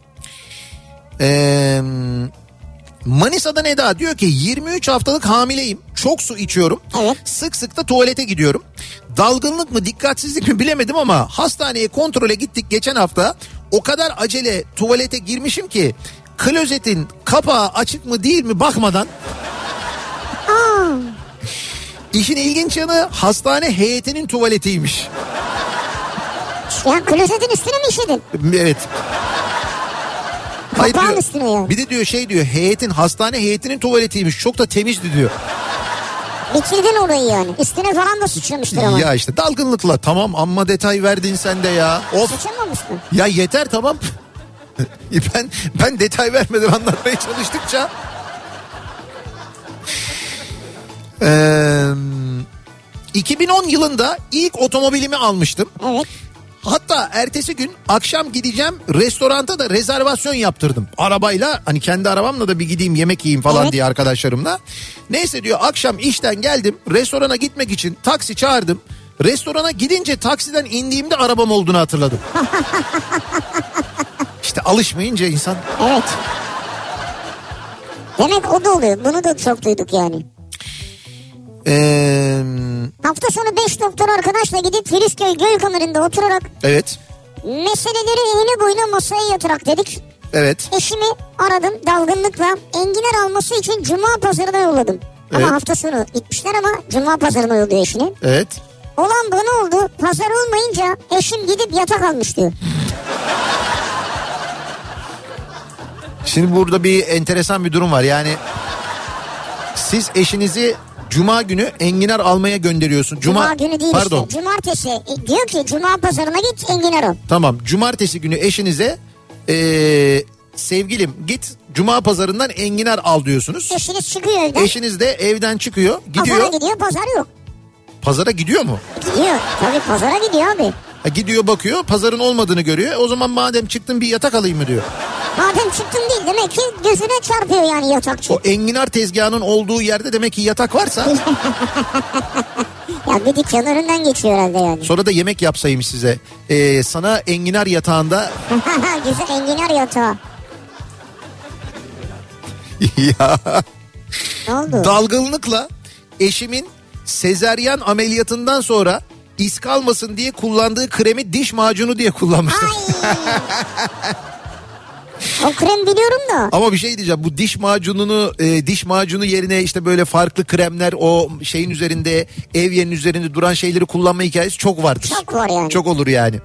Manisa'dan Eda diyor ki 23 haftalık hamileyim. Çok su içiyorum. Evet. Sık sık da tuvalete gidiyorum. Dalgınlık mı dikkatsizlik mi bilemedim ama hastaneye kontrole gittik geçen hafta. O kadar acele tuvalete girmişim ki klozetin kapağı açık mı değil mi bakmadan. İşin ilginç yanı hastane heyetinin tuvaletiymiş. Ya klozetin üstüne mi işedin? Evet. Hayır Kapağın diyor, üstüne ya. bir de diyor hastane heyetinin tuvaletiymiş. Çok da temizdi diyor. Bitirdin orayı yani. Üstüne falan da sıçramıştır ama. Ya işte dalgınlıkla, tamam amma detay verdin sen de ya. Of. Sıçramamış mı? Ya yeter tamam. ben detay vermeden anlatmaya çalıştıkça. 2010 yılında ilk otomobilimi almıştım. Evet. Hatta ertesi gün akşam gideceğim restoranta da rezervasyon yaptırdım. Arabayla, hani kendi arabamla da bir gideyim yemek yiyeyim falan diye arkadaşlarımla. Neyse diyor, akşam işten geldim, restorana gitmek için taksi çağırdım. Restorana gidince taksiden indiğimde arabam olduğunu hatırladım. İşte alışmayınca insan. Evet. Demek o da oluyor. Bunu da çok duyduk yani. Hafta sonu 5 doktor arkadaşla gidip Filizköy Gölkamerı'nda oturarak Evet. meseleleri enine boyuna masaya yatırak dedik. Evet. Eşimi aradım dalgınlıkla, enginar alması için Cuma pazarına yolladım. Evet. Ama hafta sonu gitmişler ama Cuma pazarına yolluyor eşini. Evet. Olan bana oldu, pazar olmayınca eşim gidip yatak almış diyor. Şimdi burada bir enteresan bir durum var. Yani siz eşinizi Cuma günü enginar almaya gönderiyorsun. Cuma günü değil pardon. işte. Cumartesi. Diyor ki Cuma pazarına git enginar al. Tamam. Cumartesi günü eşinize sevgilim git Cuma pazarından enginar al diyorsunuz. Eşiniz çıkıyor evden. Eşiniz de evden çıkıyor. Gidiyor. Pazara gidiyor, pazar yok. Pazara gidiyor mu? Gidiyor. Tabii pazara gidiyor abi. Gidiyor bakıyor, pazarın olmadığını görüyor. O zaman madem çıktın bir yatak alayım mı diyor. Madem çıktın değil, demek ki gözüne çarpıyor yani yatakçı. O enginar tezgahının olduğu yerde demek ki yatak varsa. Ya bir dükkan önünden geçiyor herhalde yani. Sonra da yemek yapsayım size. Sana enginar yatağında. Güzel enginar yatağı. Ya. Ne oldu? Dalgınlıkla eşimin sezaryen ameliyatından sonra iz kalmasın diye kullandığı kremi diş macunu diye kullanmıştım. O krem biliyorum da. Ama bir şey diyeceğim, bu diş macunu yerine işte böyle farklı kremler, o şeyin üzerinde, ev yerinin üzerinde duran şeyleri kullanma hikayesi çok vardır. Çok var yani. Çok olur yani.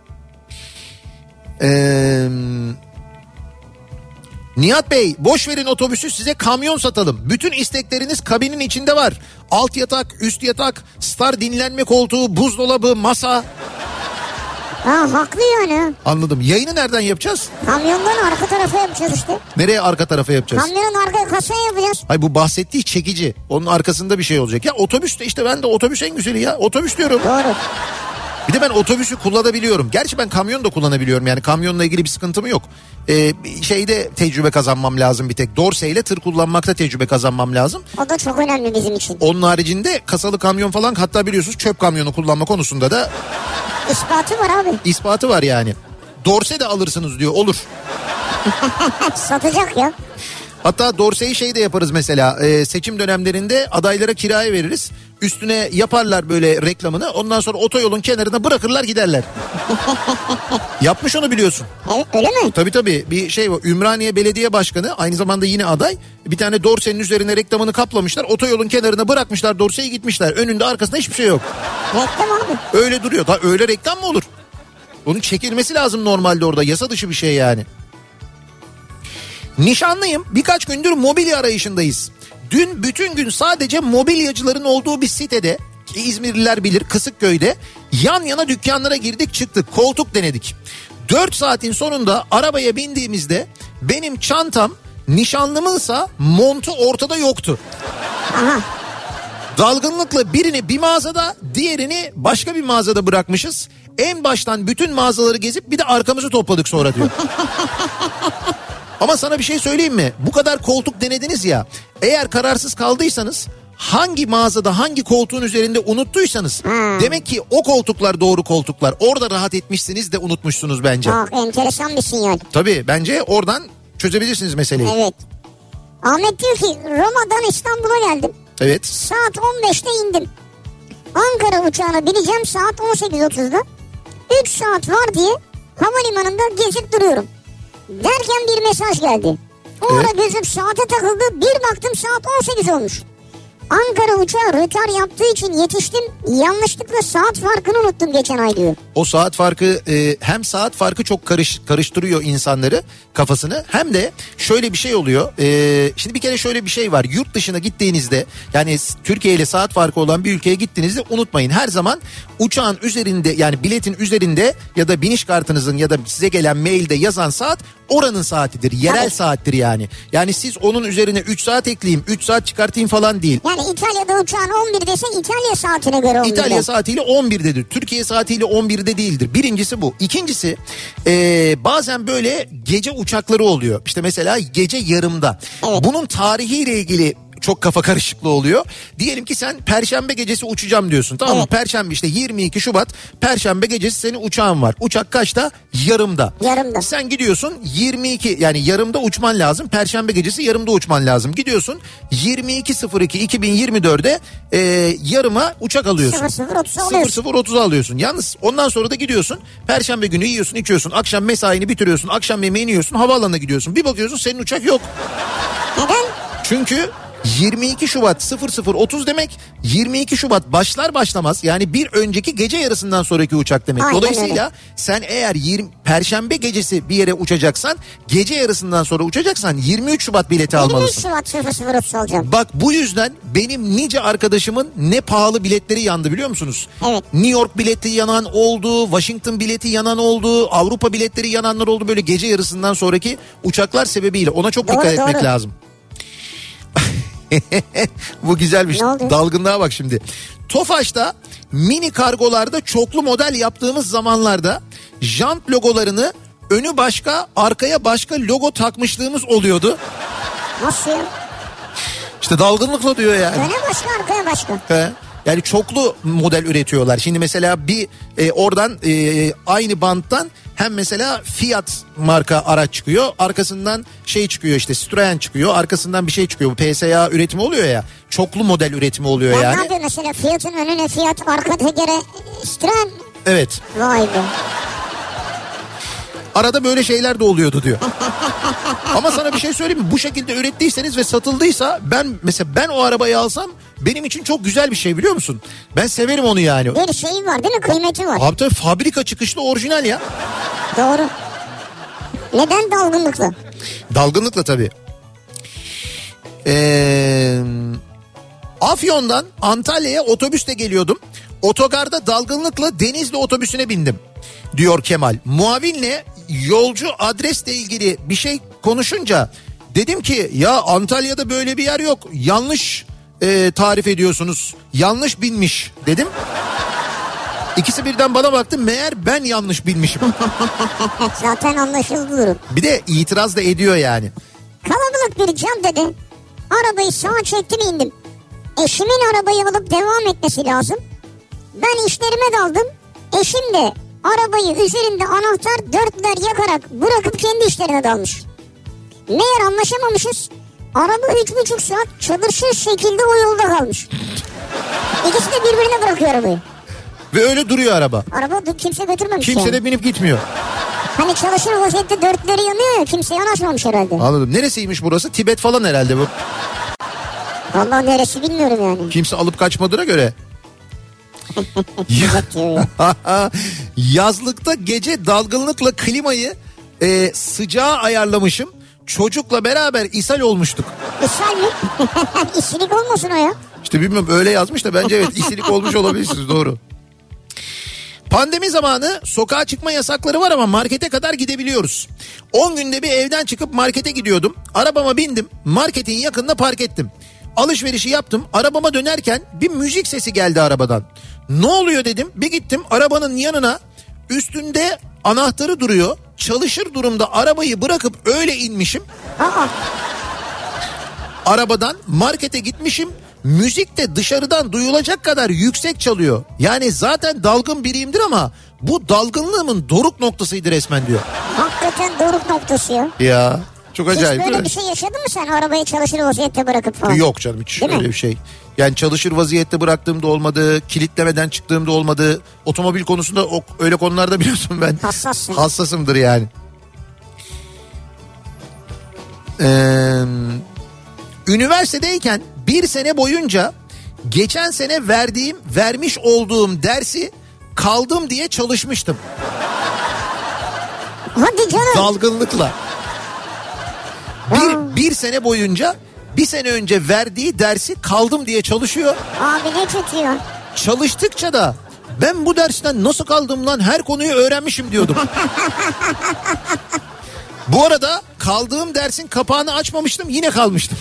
Nihat Bey, boş verin otobüsü, size kamyon satalım. Bütün istekleriniz kabinin içinde var. Alt yatak, üst yatak, star dinlenme koltuğu, buzdolabı, masa. Ha haklı yani. Anladım. Yayını nereden yapacağız? Kamyondan arka tarafa yapacağız işte. Nereye arka tarafa yapacağız? Kamyonun arka kasaya yapacağız. Hayır, bu bahsettiği çekici. Onun arkasında bir şey olacak. Ya otobüs de işte, ben de otobüs en güzeli ya. Otobüs diyorum. Doğru. Bir de ben otobüsü kullanabiliyorum. Gerçi ben kamyon da kullanabiliyorum. Yani kamyonla ilgili bir sıkıntım yok. Şeyde tecrübe kazanmam lazım bir tek. Dorse ile tır kullanmakta tecrübe kazanmam lazım. O da çok önemli bizim için. Onun haricinde kasalı kamyon falan, hatta biliyorsunuz çöp kamyonu kullanma konusunda da İspatı var abi. ispatı var yani. Dorse de alırsınız diyor, olur. Satacak ya. Hatta Dorsey'i şey de yaparız mesela, seçim dönemlerinde adaylara kiraya veririz. Üstüne yaparlar böyle reklamını, ondan sonra otoyolun kenarına bırakırlar giderler. Yapmış onu biliyorsun. Evet, öyle mi? Tabii bir şey var. Ümraniye Belediye Başkanı aynı zamanda yine aday. Bir tane Dorsey'nin üzerine reklamını kaplamışlar. Otoyolun kenarına bırakmışlar Dorsey'i, gitmişler. Önünde arkasında hiçbir şey yok. Reklam abi. Öyle duruyor. Da öyle reklam mı olur? Onun çekilmesi lazım normalde orada. Yasa dışı bir şey yani. Nişanlıyım. Birkaç gündür mobilya arayışındayız. Dün bütün gün sadece mobilyacıların olduğu bir sitede, İzmirliler bilir, Kısıkköy'de yan yana dükkanlara girdik çıktık, koltuk denedik. 4 saatin sonunda arabaya bindiğimizde benim çantam, nişanlımınsa montu ortada yoktu. Aha. Dalgınlıkla birini bir mağazada, diğerini başka bir mağazada bırakmışız. En baştan bütün mağazaları gezip bir de arkamızı topladık sonra diyor. Ama sana bir şey söyleyeyim mi? Bu kadar koltuk denediniz ya. Eğer kararsız kaldıysanız, hangi mağazada hangi koltuğun üzerinde unuttuysanız demek ki o koltuklar doğru koltuklar. Orada rahat etmişsiniz de unutmuşsunuz bence. Bak, enteresan bir sinyal. Tabii, bence oradan çözebilirsiniz meseleyi. Evet. Ahmet diyor ki Roma'dan İstanbul'a geldim. Evet. Saat 15'te indim. Ankara uçağına bineceğim saat 18.30'da. 3 saat var diye havalimanında gezip duruyorum. Derken bir mesaj geldi. O ara gözüm saate takıldı, bir baktım saat 18 olmuş. Ankara uçağı rötar yaptığı için yetiştim. Yanlışlıkla saat farkını unuttum geçen ay diyor. O saat farkı, hem saat farkı çok karıştırıyor insanları, kafasını, hem de şöyle bir şey oluyor. Şimdi bir kere şöyle bir şey var. Yurt dışına gittiğinizde, yani Türkiye ile saat farkı olan bir ülkeye gittiğinizde unutmayın. Her zaman uçağın üzerinde, yani biletin üzerinde ya da biniş kartınızın ya da size gelen mailde yazan saat oranın saatidir. Yerel saattir yani. Yani siz onun üzerine 3 saat ekleyeyim, 3 saat çıkartayım falan değil. Yani İtalya'da uçağın 11 dese İtalya saatine göre 11'de. İtalya saatiyle 11'dedir. Türkiye saatiyle 11'de değildir. Birincisi bu. İkincisi, bazen böyle gece uçakları oluyor. İşte mesela gece yarımda. Evet. Bunun tarihiyle ilgili çok kafa karışıklığı oluyor. Diyelim ki sen Perşembe gecesi uçacağım diyorsun, tamam mı? Evet. Perşembe, işte 22 Şubat Perşembe gecesi senin uçağın var. Uçak kaçta? Yarımda. Yarımda. Sen gidiyorsun 22, yani yarımda uçman lazım. Perşembe gecesi yarımda uçman lazım. Gidiyorsun 22.02.2024'de yarıma uçak alıyorsun. 00.30'a alıyorsun. Yalnız ondan sonra da gidiyorsun. Perşembe günü yiyorsun, içiyorsun. Akşam mesaini bitiriyorsun. Akşam yemeğini yiyorsun. Havaalanına gidiyorsun. Bir bakıyorsun senin uçak yok. Neden? Çünkü 22 Şubat 00.30 demek 22 Şubat başlar başlamaz, yani bir önceki gece yarısından sonraki uçak demek. Aynen Dolayısıyla öyle. sen eğer Perşembe gecesi bir yere uçacaksan, gece yarısından sonra uçacaksan 23 Şubat bileti almalısın. 23 Şubat 00.30 alacağım. Bak, bu yüzden benim nice arkadaşımın ne pahalı biletleri yandı biliyor musunuz? Evet. New York bileti yanan oldu, Washington bileti yanan oldu, Avrupa biletleri yananlar oldu, böyle gece yarısından sonraki uçaklar sebebiyle. Ona çok dikkat etmek lazım. Bu güzelmiş. Dalgınlığa bak şimdi. Tofaş'ta mini kargolarda çoklu model yaptığımız zamanlarda jant logolarını önü başka arkaya başka logo takmışlığımız oluyordu. Nasıl ya? İşte dalgınlıkla diyor yani. Öne başka arkaya başka. He. Yani çoklu model üretiyorlar. Şimdi mesela bir oradan aynı banttan hem mesela Fiat marka araç çıkıyor. Arkasından şey çıkıyor, işte Citroen çıkıyor. Arkasından bir şey çıkıyor. Bu PSA üretimi oluyor ya. Çoklu model üretimi oluyor yani. Ne yapıyor mesela, Fiat'ın önüne Fiat, arka tekere Citroen? Evet. Vay be. Arada böyle şeyler de oluyordu diyor. Ama sana bir şey söyleyeyim mi? Bu şekilde ürettiyseniz ve satıldıysa, ben o arabayı alsam benim için çok güzel bir şey, biliyor musun? Ben severim onu yani. Bir şeyi var değil mi? Kıymeti var. Abi tabii, fabrika çıkışlı orijinal ya. Doğru. Neden dalgınlıkla? Dalgınlıkla tabii. Afyon'dan Antalya'ya otobüste geliyordum. Otogarda dalgınlıkla Denizli otobüsüne bindim, diyor Kemal. Muavinle yolcu adresle ilgili bir şey konuşunca dedim ki ya Antalya'da böyle bir yer yok. Yanlış tarif ediyorsunuz. Yanlış binmiş dedim. İkisi birden bana baktı, meğer ben yanlış bilmişim. Zaten anlaşıldı durum. Bir de itiraz da ediyor yani. Kalabalık bir caddede arabayı sağa çektim, indim. Eşimin arabayı alıp devam etmesi lazım. Ben işlerime daldım. Eşim de arabayı üzerinde anahtar dörtler yakarak bırakıp kendi işlerine dalmış. Meğer anlaşamamışız. Araba 3,5 saat çadırsız şekilde o yolda kalmış. İkisi de birbirine bırakıyor arabayı. Ve öyle duruyor araba. Araba kimse götürmemiş. Kimse de binip gitmiyor. Hani çalışır vaziyette dörtleri yanıyor ya, kimse yanaşmamış herhalde. Anladım. Neresiymiş burası? Tibet falan herhalde bu. Vallahi neresi bilmiyorum yani. Kimse alıp kaçmadığına göre. Yazlıkta gece dalgınlıkla klimayı sıcağa ayarlamışım. Çocukla beraber ishal olmuştuk. İshal mi? İşçilik olmasın o ya. İşte bilmiyorum, öyle yazmış da bence evet işçilik olmuş olabilirsiniz, doğru. Pandemi zamanı sokağa çıkma yasakları var ama markete kadar gidebiliyoruz. 10 günde bir evden çıkıp markete gidiyordum. Arabama bindim, marketin yakınına park ettim. Alışverişi yaptım, arabama dönerken bir müzik sesi geldi arabadan. Ne oluyor dedim, bir gittim arabanın yanına, üstünde anahtarı duruyor. Çalışır durumda arabayı bırakıp öyle inmişim. Arabadan markete gitmişim. Müzik de dışarıdan duyulacak kadar yüksek çalıyor. Yani zaten dalgın biriyimdir ama bu dalgınlığımın doruk noktasıydı resmen diyor. Hakikaten doruk noktası ya. Ya çok acayip. Hiç böyle bir şey yaşadın mı sen, arabayı çalışır vaziyette bırakıp falan? Yok canım, hiç değil öyle mi? bir şey. Yani çalışır vaziyette bıraktığımda olmadı, kilitlemeden çıktığımda olmadı. Otomobil konusunda öyle konularda biliyorsun ben. Hassassın. Hassasımdır yani. Üniversitedeyken bir sene boyunca geçen sene vermiş olduğum dersi kaldım diye çalışmıştım. Hadi canım. Dalgınlıkla. Bir sene boyunca bir sene önce verdiği dersi kaldım diye çalışıyor. Abi ne kötü ya. Çalıştıkça da ben bu dersten nasıl kaldım lan, her konuyu öğrenmişim diyordum. Bu arada kaldığım dersin kapağını açmamıştım, yine kalmıştım.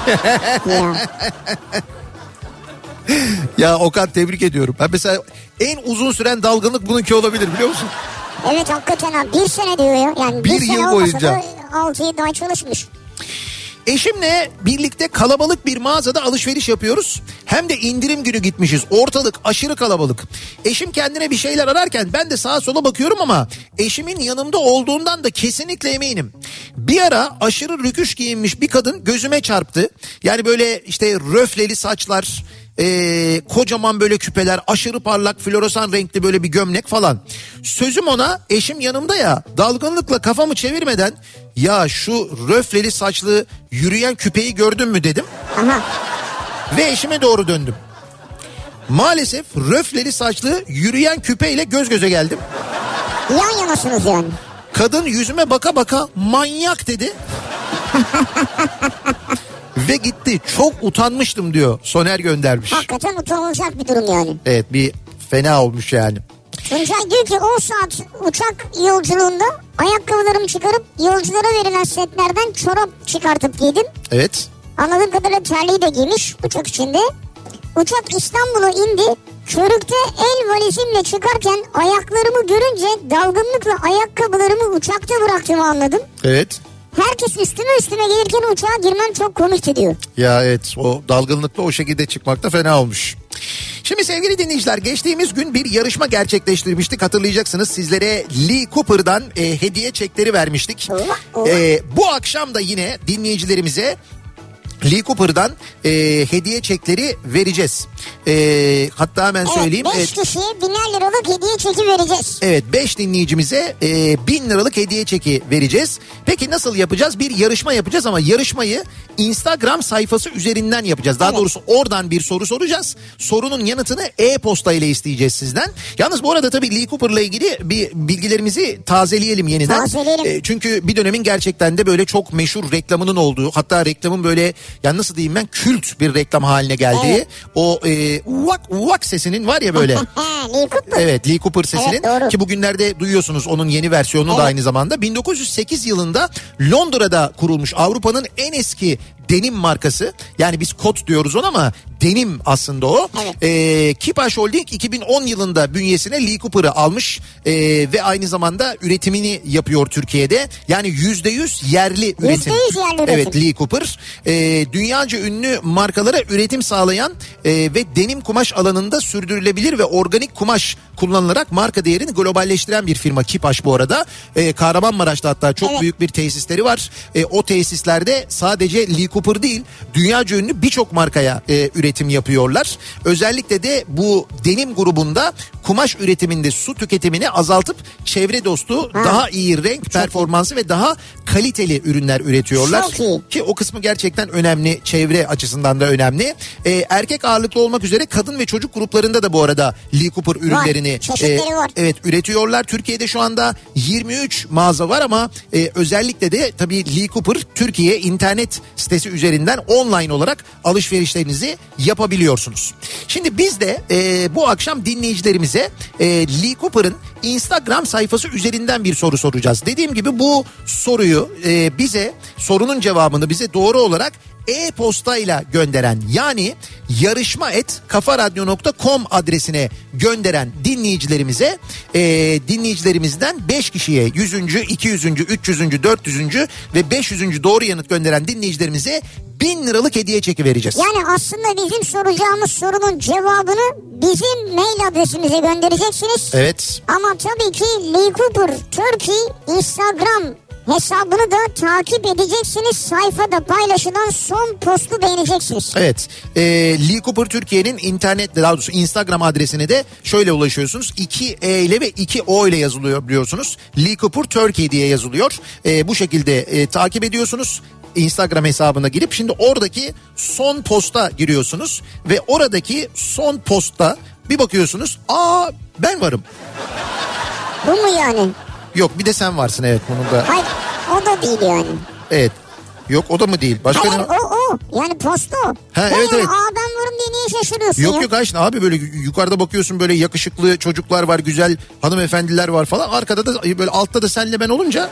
Ya Okan, tebrik ediyorum. Ben mesela en uzun süren dalgınlık bununki olabilir, biliyor musun? Evet hakikaten abi, bir sene diyor ya. Yani bir yıl sene boyunca. 6-7 ay çalışmış. Eşimle birlikte kalabalık bir mağazada alışveriş yapıyoruz. Hem de indirim günü gitmişiz. Ortalık aşırı kalabalık. Eşim kendine bir şeyler ararken ben de sağa sola bakıyorum ama eşimin yanımda olduğundan da kesinlikle eminim. Bir ara aşırı rüküş giyinmiş bir kadın gözüme çarptı. Yani böyle işte röfleli saçlar, kocaman böyle küpeler, aşırı parlak floresan renkli böyle bir gömlek falan. Sözüm ona, eşim yanımda ya, dalgınlıkla kafamı çevirmeden ya şu röfleli saçlı yürüyen küpeyi gördün mü dedim. Aha. Ve eşime doğru döndüm. Maalesef röfleli saçlı yürüyen küpeyle göz göze geldim. Yan yanasınız yani. Kadın yüzüme baka baka manyak dedi. Ve gitti. Çok utanmıştım diyor. Soner göndermiş. Hakikaten utanılacak bir durum yani. Evet, bir fena olmuş yani. Tuncay diyor ki 10 saat uçak yolculuğunda ayakkabılarımı çıkarıp yolculara verilen setlerden çorap çıkartıp giydim. Evet. Anladığım kadarıyla terliği de giymiş uçak içinde. Uçak İstanbul'a indi. Körükte el valizimle çıkarken ayaklarımı görünce dalgınlıkla ayakkabılarımı uçakta bıraktığımı anladım. Evet. Herkes üstüme gelirken uçağa girmem çok komikti diyor. Ya evet, o dalgınlıkla o şekilde çıkmak da fena olmuş. Şimdi sevgili dinleyiciler, geçtiğimiz gün bir yarışma gerçekleştirmiştik, hatırlayacaksınız. Sizlere Lee Cooper'dan hediye çekleri vermiştik. Bu akşam da yine dinleyicilerimize Lee Cooper'dan hediye çekleri vereceğiz. Hatta hemen söyleyeyim. 5 kişiye 1000 liralık hediye çeki vereceğiz. Evet, 5 dinleyicimize 1000 liralık hediye çeki vereceğiz. Peki nasıl yapacağız? Bir yarışma yapacağız ama yarışmayı Instagram sayfası üzerinden yapacağız. Daha doğrusu oradan bir soru soracağız. Sorunun yanıtını e-posta ile isteyeceğiz sizden. Yalnız bu arada tabii Lee Cooper'la ilgili bir bilgilerimizi tazeleyelim yeniden. Tazeleyelim. Çünkü bir dönemin gerçekten de böyle çok meşhur reklamının olduğu, hatta reklamın böyle, yani nasıl diyeyim ben, kült bir reklam haline geldiği, evet. O uvak sesinin var ya böyle. Lee Cooper. Evet, Lee Cooper sesinin, evet, ki bugünlerde duyuyorsunuz onun yeni versiyonunu, evet, da aynı zamanda. 1908 yılında Londra'da kurulmuş, Avrupa'nın en eski denim markası. Yani biz kot diyoruz ona ama denim aslında o. Evet. Kipaş Holding 2010 yılında bünyesine Lee Cooper'ı almış ve aynı zamanda üretimini yapıyor Türkiye'de. Yani %100 yerli üretim. %100 yerli üretim. Evet, Lee Cooper. Dünyaca ünlü markalara üretim sağlayan ve denim kumaş alanında sürdürülebilir ve organik kumaş kullanılarak marka değerini globalleştiren bir firma Kipaş bu arada. Kahramanmaraş'ta hatta çok büyük bir tesisleri var. O tesislerde sadece Lee Cooper değil, dünyaca ünlü birçok markaya üretim yapıyorlar. Özellikle de bu denim grubunda kumaş üretiminde su tüketimini azaltıp çevre dostu daha iyi renk performansı ve daha kaliteli ürünler üretiyorlar. Çok iyi. Ki o kısmı gerçekten önemli, çevre açısından da önemli. Erkek ağırlıklı olmak üzere kadın ve çocuk gruplarında da bu arada Lee Cooper ürünlerini var. Evet, üretiyorlar. Türkiye'de şu anda 23 mağaza var ama özellikle de tabii Lee Cooper Türkiye internet sitesi üzerinden online olarak alışverişlerinizi yapabiliyorsunuz. Şimdi biz de bu akşam dinleyicilerimize Lee Cooper'ın Instagram sayfası üzerinden bir soru soracağız. Dediğim gibi bu soruyu sorunun cevabını bize doğru olarak e-postayla gönderen, yani yarışma@kafaradyo.com adresine gönderen dinleyicilerimizden 5 kişiye 100. 200. 300. 400. ve 500. doğru yanıt gönderen dinleyicilerimize 1000 liralık hediye çeki vereceğiz. Yani aslında bizim soracağımız sorunun cevabını bizim mail adresimize göndereceksiniz. Evet. Ama tabii ki Lee Cooper Turkey Instagram hesabını da takip edeceksiniz. Sayfada paylaşılan son postu beğeneceksiniz. Evet. Lee Cooper Türkiye'nin daha doğrusu Instagram adresine de şöyle ulaşıyorsunuz. 2 E ile ve 2 O ile yazılıyor biliyorsunuz. Lee Cooper Turkey diye yazılıyor. Bu şekilde takip ediyorsunuz. Instagram hesabına girip şimdi oradaki son posta giriyorsunuz ve oradaki son postta bir bakıyorsunuz. Ben varım. Bu mu yani? Yok, bir de sen varsın, evet, bunun da. Hayır, o da değil yani. Evet. Yok, o da mı değil? Başka hayır, ne? o. Yani posta o. Evet, yani, evet. Ben varım diye niye şaşırıyorsun ya? Yok Ayşin abi, böyle yukarıda bakıyorsun, böyle yakışıklı çocuklar var, güzel hanımefendiler var falan. Arkada da böyle, altta da senle ben olunca.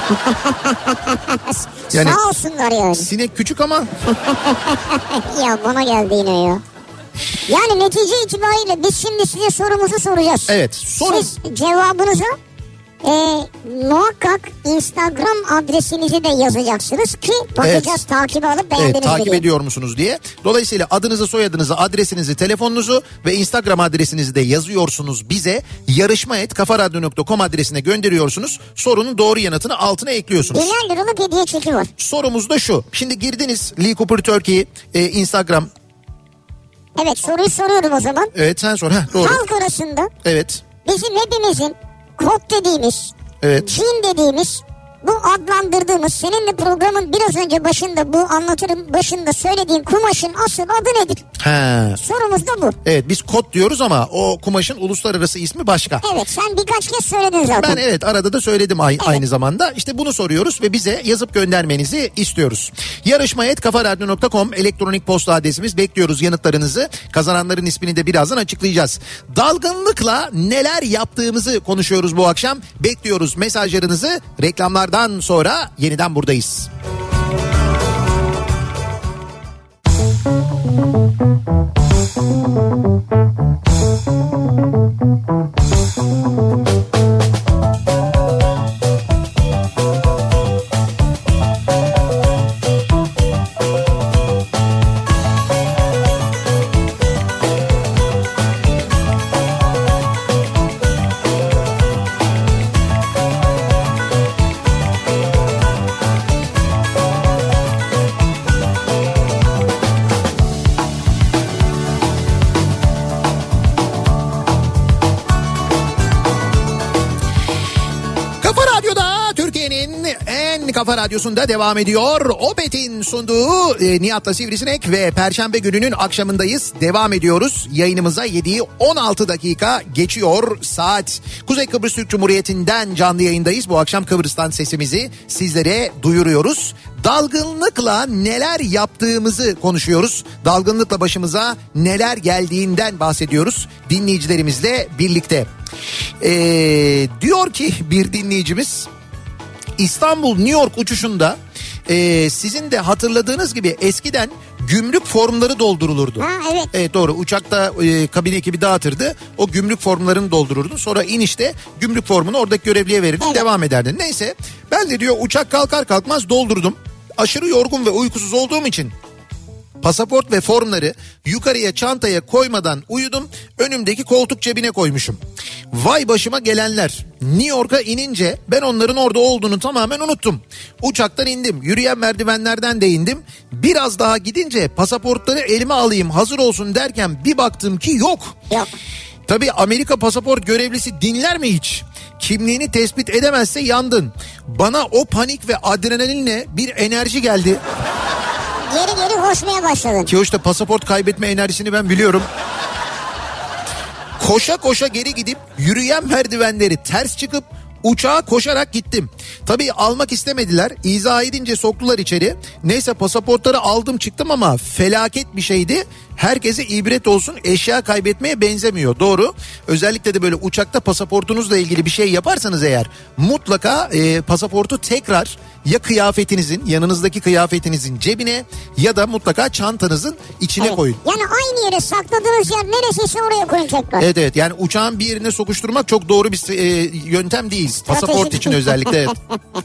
Yani, sağ olsunlar yani. Sinek küçük ama. Ya bana geldi yine ya. Yani netice itibariyle biz şimdi size sorumuzu soracağız. Evet. Siz cevabınızı muhakkak Instagram adresinizi de yazacaksınız ki bakacağız, takibi alıp beğendiniz evet, takip ediyor musunuz diye. Dolayısıyla adınızı, soyadınızı, adresinizi, telefonunuzu ve Instagram adresinizi de yazıyorsunuz bize. yarışma@kafaradyo.com adresine gönderiyorsunuz. Sorunun doğru yanıtını altına ekliyorsunuz. 1000 liralık hediye çeki var. Sorumuz da şu. Şimdi girdiniz Lee Cooper Turkey Instagram. Evet, soruyu soruyorum o zaman. Evet, sen sor. Doğru. Halk arasında. Evet. Bizim hepimizin kot dediğimiz, jean dediğimiz, bu adlandırdığımız, senin de programın biraz önce başında, bu anlatırım başında söylediğin kumaşın asıl adı nedir? Sorumuz da bu. Evet, biz kot diyoruz ama o kumaşın uluslararası ismi başka. Evet, sen birkaç kez söyledin zaten. Ben arada da söyledim aynı zamanda. İşte bunu soruyoruz ve bize yazıp göndermenizi istiyoruz. Yarışma@kafaradyo.com elektronik posta adresimiz, bekliyoruz yanıtlarınızı. Kazananların ismini de birazdan açıklayacağız. Dalgınlıkla neler yaptığımızı konuşuyoruz bu akşam. Bekliyoruz mesajlarınızı. Reklamlardan sonra yeniden buradayız. Kafa Radyosu'nda devam ediyor. Opet'in sunduğu Nihat'la Sivrisinek ve Perşembe gününün akşamındayız. Devam ediyoruz. Yayınımıza 7'yi 16 dakika geçiyor saat. Kuzey Kıbrıs Türk Cumhuriyeti'nden canlı yayındayız. Bu akşam Kıbrıs'tan sesimizi sizlere duyuruyoruz. Dalgınlıkla neler yaptığımızı konuşuyoruz. Dalgınlıkla başımıza neler geldiğinden bahsediyoruz dinleyicilerimizle birlikte. Diyor ki bir dinleyicimiz, İstanbul New York uçuşunda sizin de hatırladığınız gibi eskiden gümrük formları doldurulurdu. Ha, evet. Evet doğru, uçakta kabin ekibi dağıtırdı. O gümrük formlarını doldururdun. Sonra inişte gümrük formunu oradaki görevliye verirdin, evet. Devam ederdin. Neyse ben de diyor uçak kalkar kalkmaz doldurdum. Aşırı yorgun ve uykusuz olduğum için pasaport ve formları yukarıya çantaya koymadan uyudum. Önümdeki koltuk cebine koymuşum. Vay başıma gelenler. New York'a inince ben onların orada olduğunu tamamen unuttum. Uçaktan indim. Yürüyen merdivenlerden de indim. Biraz daha gidince pasaportları elime alayım hazır olsun derken bir baktım ki yok. Yok. Tabii Amerika pasaport görevlisi dinler mi hiç? Kimliğini tespit edemezse yandın. Bana o panik ve adrenalinle bir enerji geldi. Geri geri koşmaya başladın. Ki işte pasaport kaybetme enerjisini ben biliyorum. Koşa koşa geri gidip yürüyen merdivenleri ters çıkıp uçağa koşarak gittim. Tabii almak istemediler. İzah edince soktular içeri. Neyse pasaportları aldım çıktım ama felaket bir şeydi. Herkese ibret olsun, eşya kaybetmeye benzemiyor. Doğru. Özellikle de böyle uçakta pasaportunuzla ilgili bir şey yaparsanız eğer mutlaka pasaportu tekrar ya kıyafetinizin, yanınızdaki kıyafetinizin cebine ya da mutlaka çantanızın içine koyun. Yani aynı yere sakladığınız yer neresiyse oraya koyun tekrar. Evet evet, yani uçağın bir yerine sokuşturmak çok doğru bir yöntem değil. Pasaport için özellikle. Evet.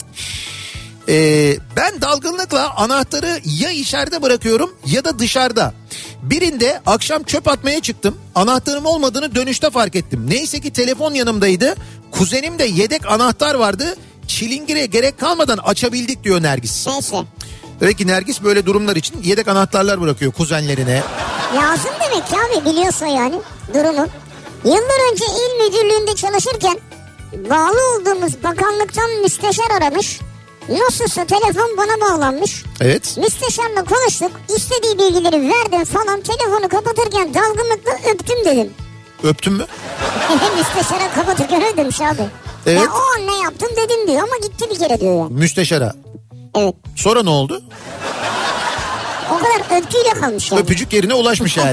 Ben dalgınlıkla anahtarı ya içeride bırakıyorum ya da dışarıda. Birinde akşam çöp atmaya çıktım. Anahtarım olmadığını dönüşte fark ettim. Neyse ki telefon yanımdaydı. Kuzenimde yedek anahtar vardı. Çilingire gerek kalmadan açabildik diyor Nergis. Neyse. Demek ki Nergis böyle durumlar için yedek anahtarlar bırakıyor kuzenlerine. Lazım demek ki abi, biliyorsa yani durumu. Yıllar önce il müdürlüğünde çalışırken bağlı olduğumuz bakanlıktan müsteşar aramış. Nasılsa telefon bana bağlanmış. Evet. Müsteşarla konuştuk. İstediği bilgileri verdim falan. Telefonu kapatırken dalgınlıkla öptüm dedim. Öptün mü? Müsteşara kapatırken öyle demiş abi. Evet. Ya o an ne yaptım dedim diyor ama gitti bir kere diyor yani. Müsteşara. Evet. Sonra ne oldu? O kadar öptüyle kalmış yani. Öpücük yerine ulaşmış yani.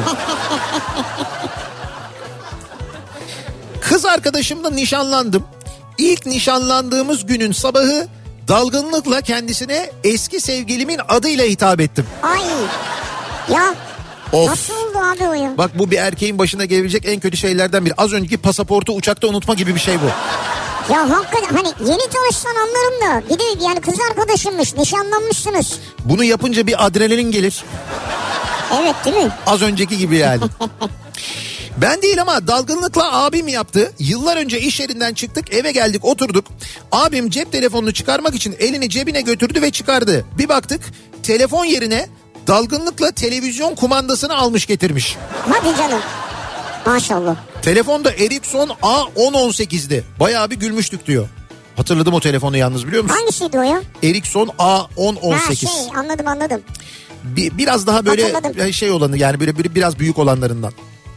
Kız arkadaşımla nişanlandım. İlk nişanlandığımız günün sabahı dalgınlıkla kendisine eski sevgilimin adıyla hitap ettim. Ay ya. Of. Nasıl oldu abi o ya? Bak bu bir erkeğin başına gelebilecek en kötü şeylerden biri. Az önceki pasaportu uçakta unutma gibi bir şey bu. Ya hakikaten hani yeni tanışsan anlarım da bir de yani kız arkadaşımmış, nişanlanmışsınız. Bunu yapınca bir adrenalin gelir. Evet değil mi? Az önceki gibi yani. Ben değil ama dalgınlıkla abim yaptı. Yıllar önce iş yerinden çıktık, eve geldik, oturduk. Abim cep telefonunu çıkarmak için elini cebine götürdü ve çıkardı. Bir baktık telefon yerine dalgınlıkla televizyon kumandasını almış getirmiş. Hadi canım. Maşallah. Telefonda Ericsson A1018'di. Bayağı bir gülmüştük diyor. Hatırladım o telefonu yalnız, biliyor musun? Hangisiydi o ya? Ericsson A1018. Ha anladım. Biraz daha böyle Hatırladım. şey olanı, yani böyle biraz büyük olanlarından.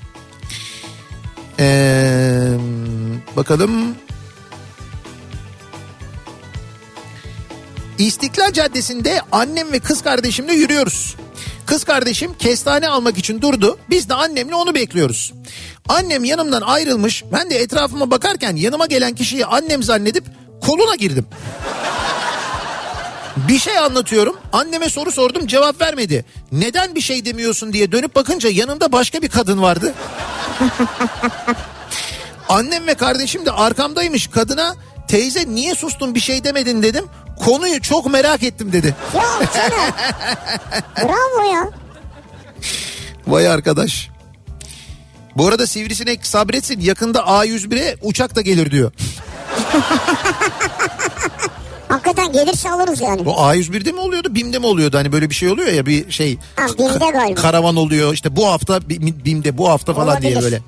Bakalım. İstiklal Caddesi'nde annem ve kız kardeşimle yürüyoruz. Kız kardeşim kestane almak için durdu. Biz de annemle onu bekliyoruz. Annem yanımdan ayrılmış. Ben de etrafıma bakarken yanıma gelen kişiyi annem zannedip koluna girdim. Bir şey anlatıyorum. Anneme soru sordum, cevap vermedi. Neden bir şey demiyorsun diye dönüp bakınca yanımda başka bir kadın vardı. Annem ve kardeşim de arkamdaymış. Kadına teyze niye sustun, bir şey demedin dedim. Konuyu çok merak ettim dedi. Ya canım. Bravo ya. Vay arkadaş. Bu arada sivrisinek sabretsin, yakında A101'e uçak da gelir diyor. Hakikaten gelirse alırız yani. Bu A101'de mi oluyordu, BİM'de mi oluyordu? Hani böyle bir şey oluyor ya, bir şey. Ha, BİM'de galiba. Karavan oluyor işte, bu hafta BİM'de, bu hafta falan olabilir diye böyle.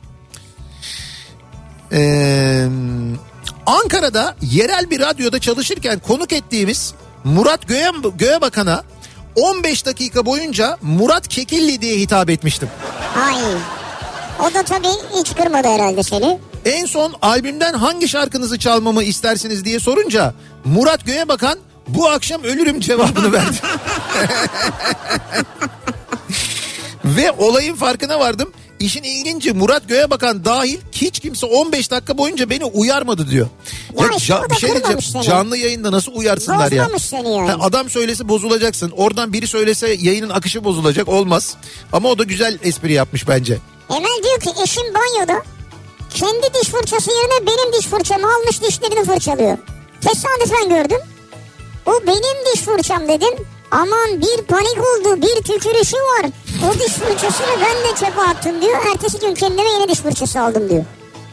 Ankara'da yerel bir radyoda çalışırken konuk ettiğimiz Murat Göğebakan'a 15 dakika boyunca Murat Kekilli diye hitap etmiştim. Ay. O da tabii hiç kırmadı herhalde seni. En son albümden hangi şarkınızı çalmamı istersiniz diye sorunca Murat Göğebakan bu akşam ölürüm cevabını verdi. Ve olayın farkına vardım. İşin ilginci Murat Göğebakan dahil hiç kimse 15 dakika boyunca beni uyarmadı diyor. Ya işte bir şey diyeceğim, canlı yayında nasıl uyarsınlar ya? Bozmamış seni yani. Adam söylese bozulacaksın. Oradan biri söylese yayının akışı bozulacak, olmaz. Ama o da güzel espri yapmış bence. Emel diyor ki eşim banyoda kendi diş fırçası yerine benim diş fırçamı almış, dişlerini fırçalıyor. Tesadüfen gördüm. O benim diş fırçam dedim. Aman bir panik oldu, bir tükürüşü var. O diş fırçasını ben de çöpe attım diyor. Ertesi gün kendime yeni diş fırçası aldım diyor.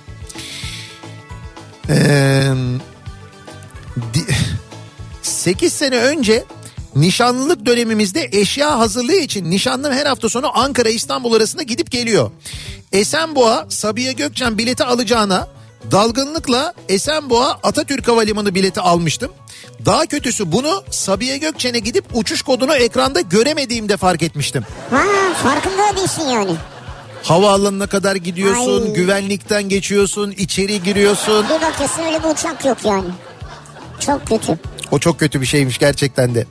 8 sene önce nişanlılık dönemimizde eşya hazırlığı için nişanlım her hafta sonu Ankara İstanbul arasında gidip geliyor. Esenboğa Sabiha Gökçen bileti alacağına dalgınlıkla Esenboğa Atatürk Havalimanı bileti almıştım. Daha kötüsü bunu Sabiha Gökçen'e gidip uçuş kodunu ekranda göremediğimde fark etmiştim. Ha, farkında değilsin yani. Havaalanına kadar gidiyorsun, Ay. Güvenlikten geçiyorsun, içeri giriyorsun. Bir bakıyorsun öyle bir uçak yok yani. Çok kötü. O çok kötü bir şeymiş gerçekten de.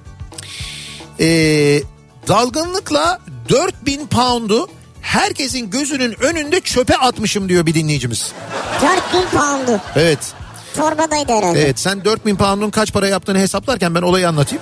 Dalgınlıkla 4000 pound'u herkesin gözünün önünde çöpe atmışım diyor bir dinleyicimiz. 4000 pound'u. Evet. Torbadaydı herhalde. Evet, sen 4000 pound'un kaç para yaptığını hesaplarken ben olayı anlatayım.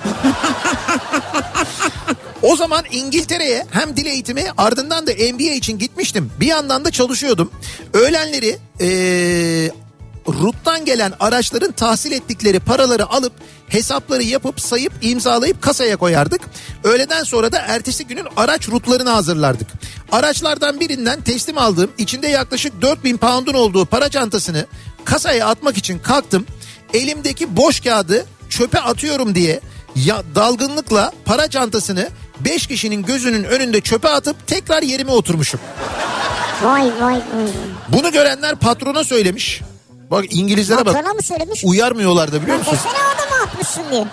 O zaman İngiltere'ye hem dil eğitimi ardından da MBA için gitmiştim. Bir yandan da çalışıyordum. Öğlenleri RUT'tan gelen araçların tahsil ettikleri paraları alıp hesapları yapıp sayıp imzalayıp kasaya koyardık. Öğleden sonra da ertesi günün araç rutlarını hazırlardık. Araçlardan birinden teslim aldığım içinde yaklaşık 4000 pound'un olduğu para çantasını kasaya atmak için kalktım. Elimdeki boş kağıdı çöpe atıyorum diye dalgınlıkla para çantasını 5 kişinin gözünün önünde çöpe atıp tekrar yerime oturmuşum. Vay vay vay. Bunu görenler patrona söylemiş. Bak İngilizlere bak. Patrona mı söylemiş? Uyarmıyorlar da biliyor musun? Sen adamı atmışsın diye.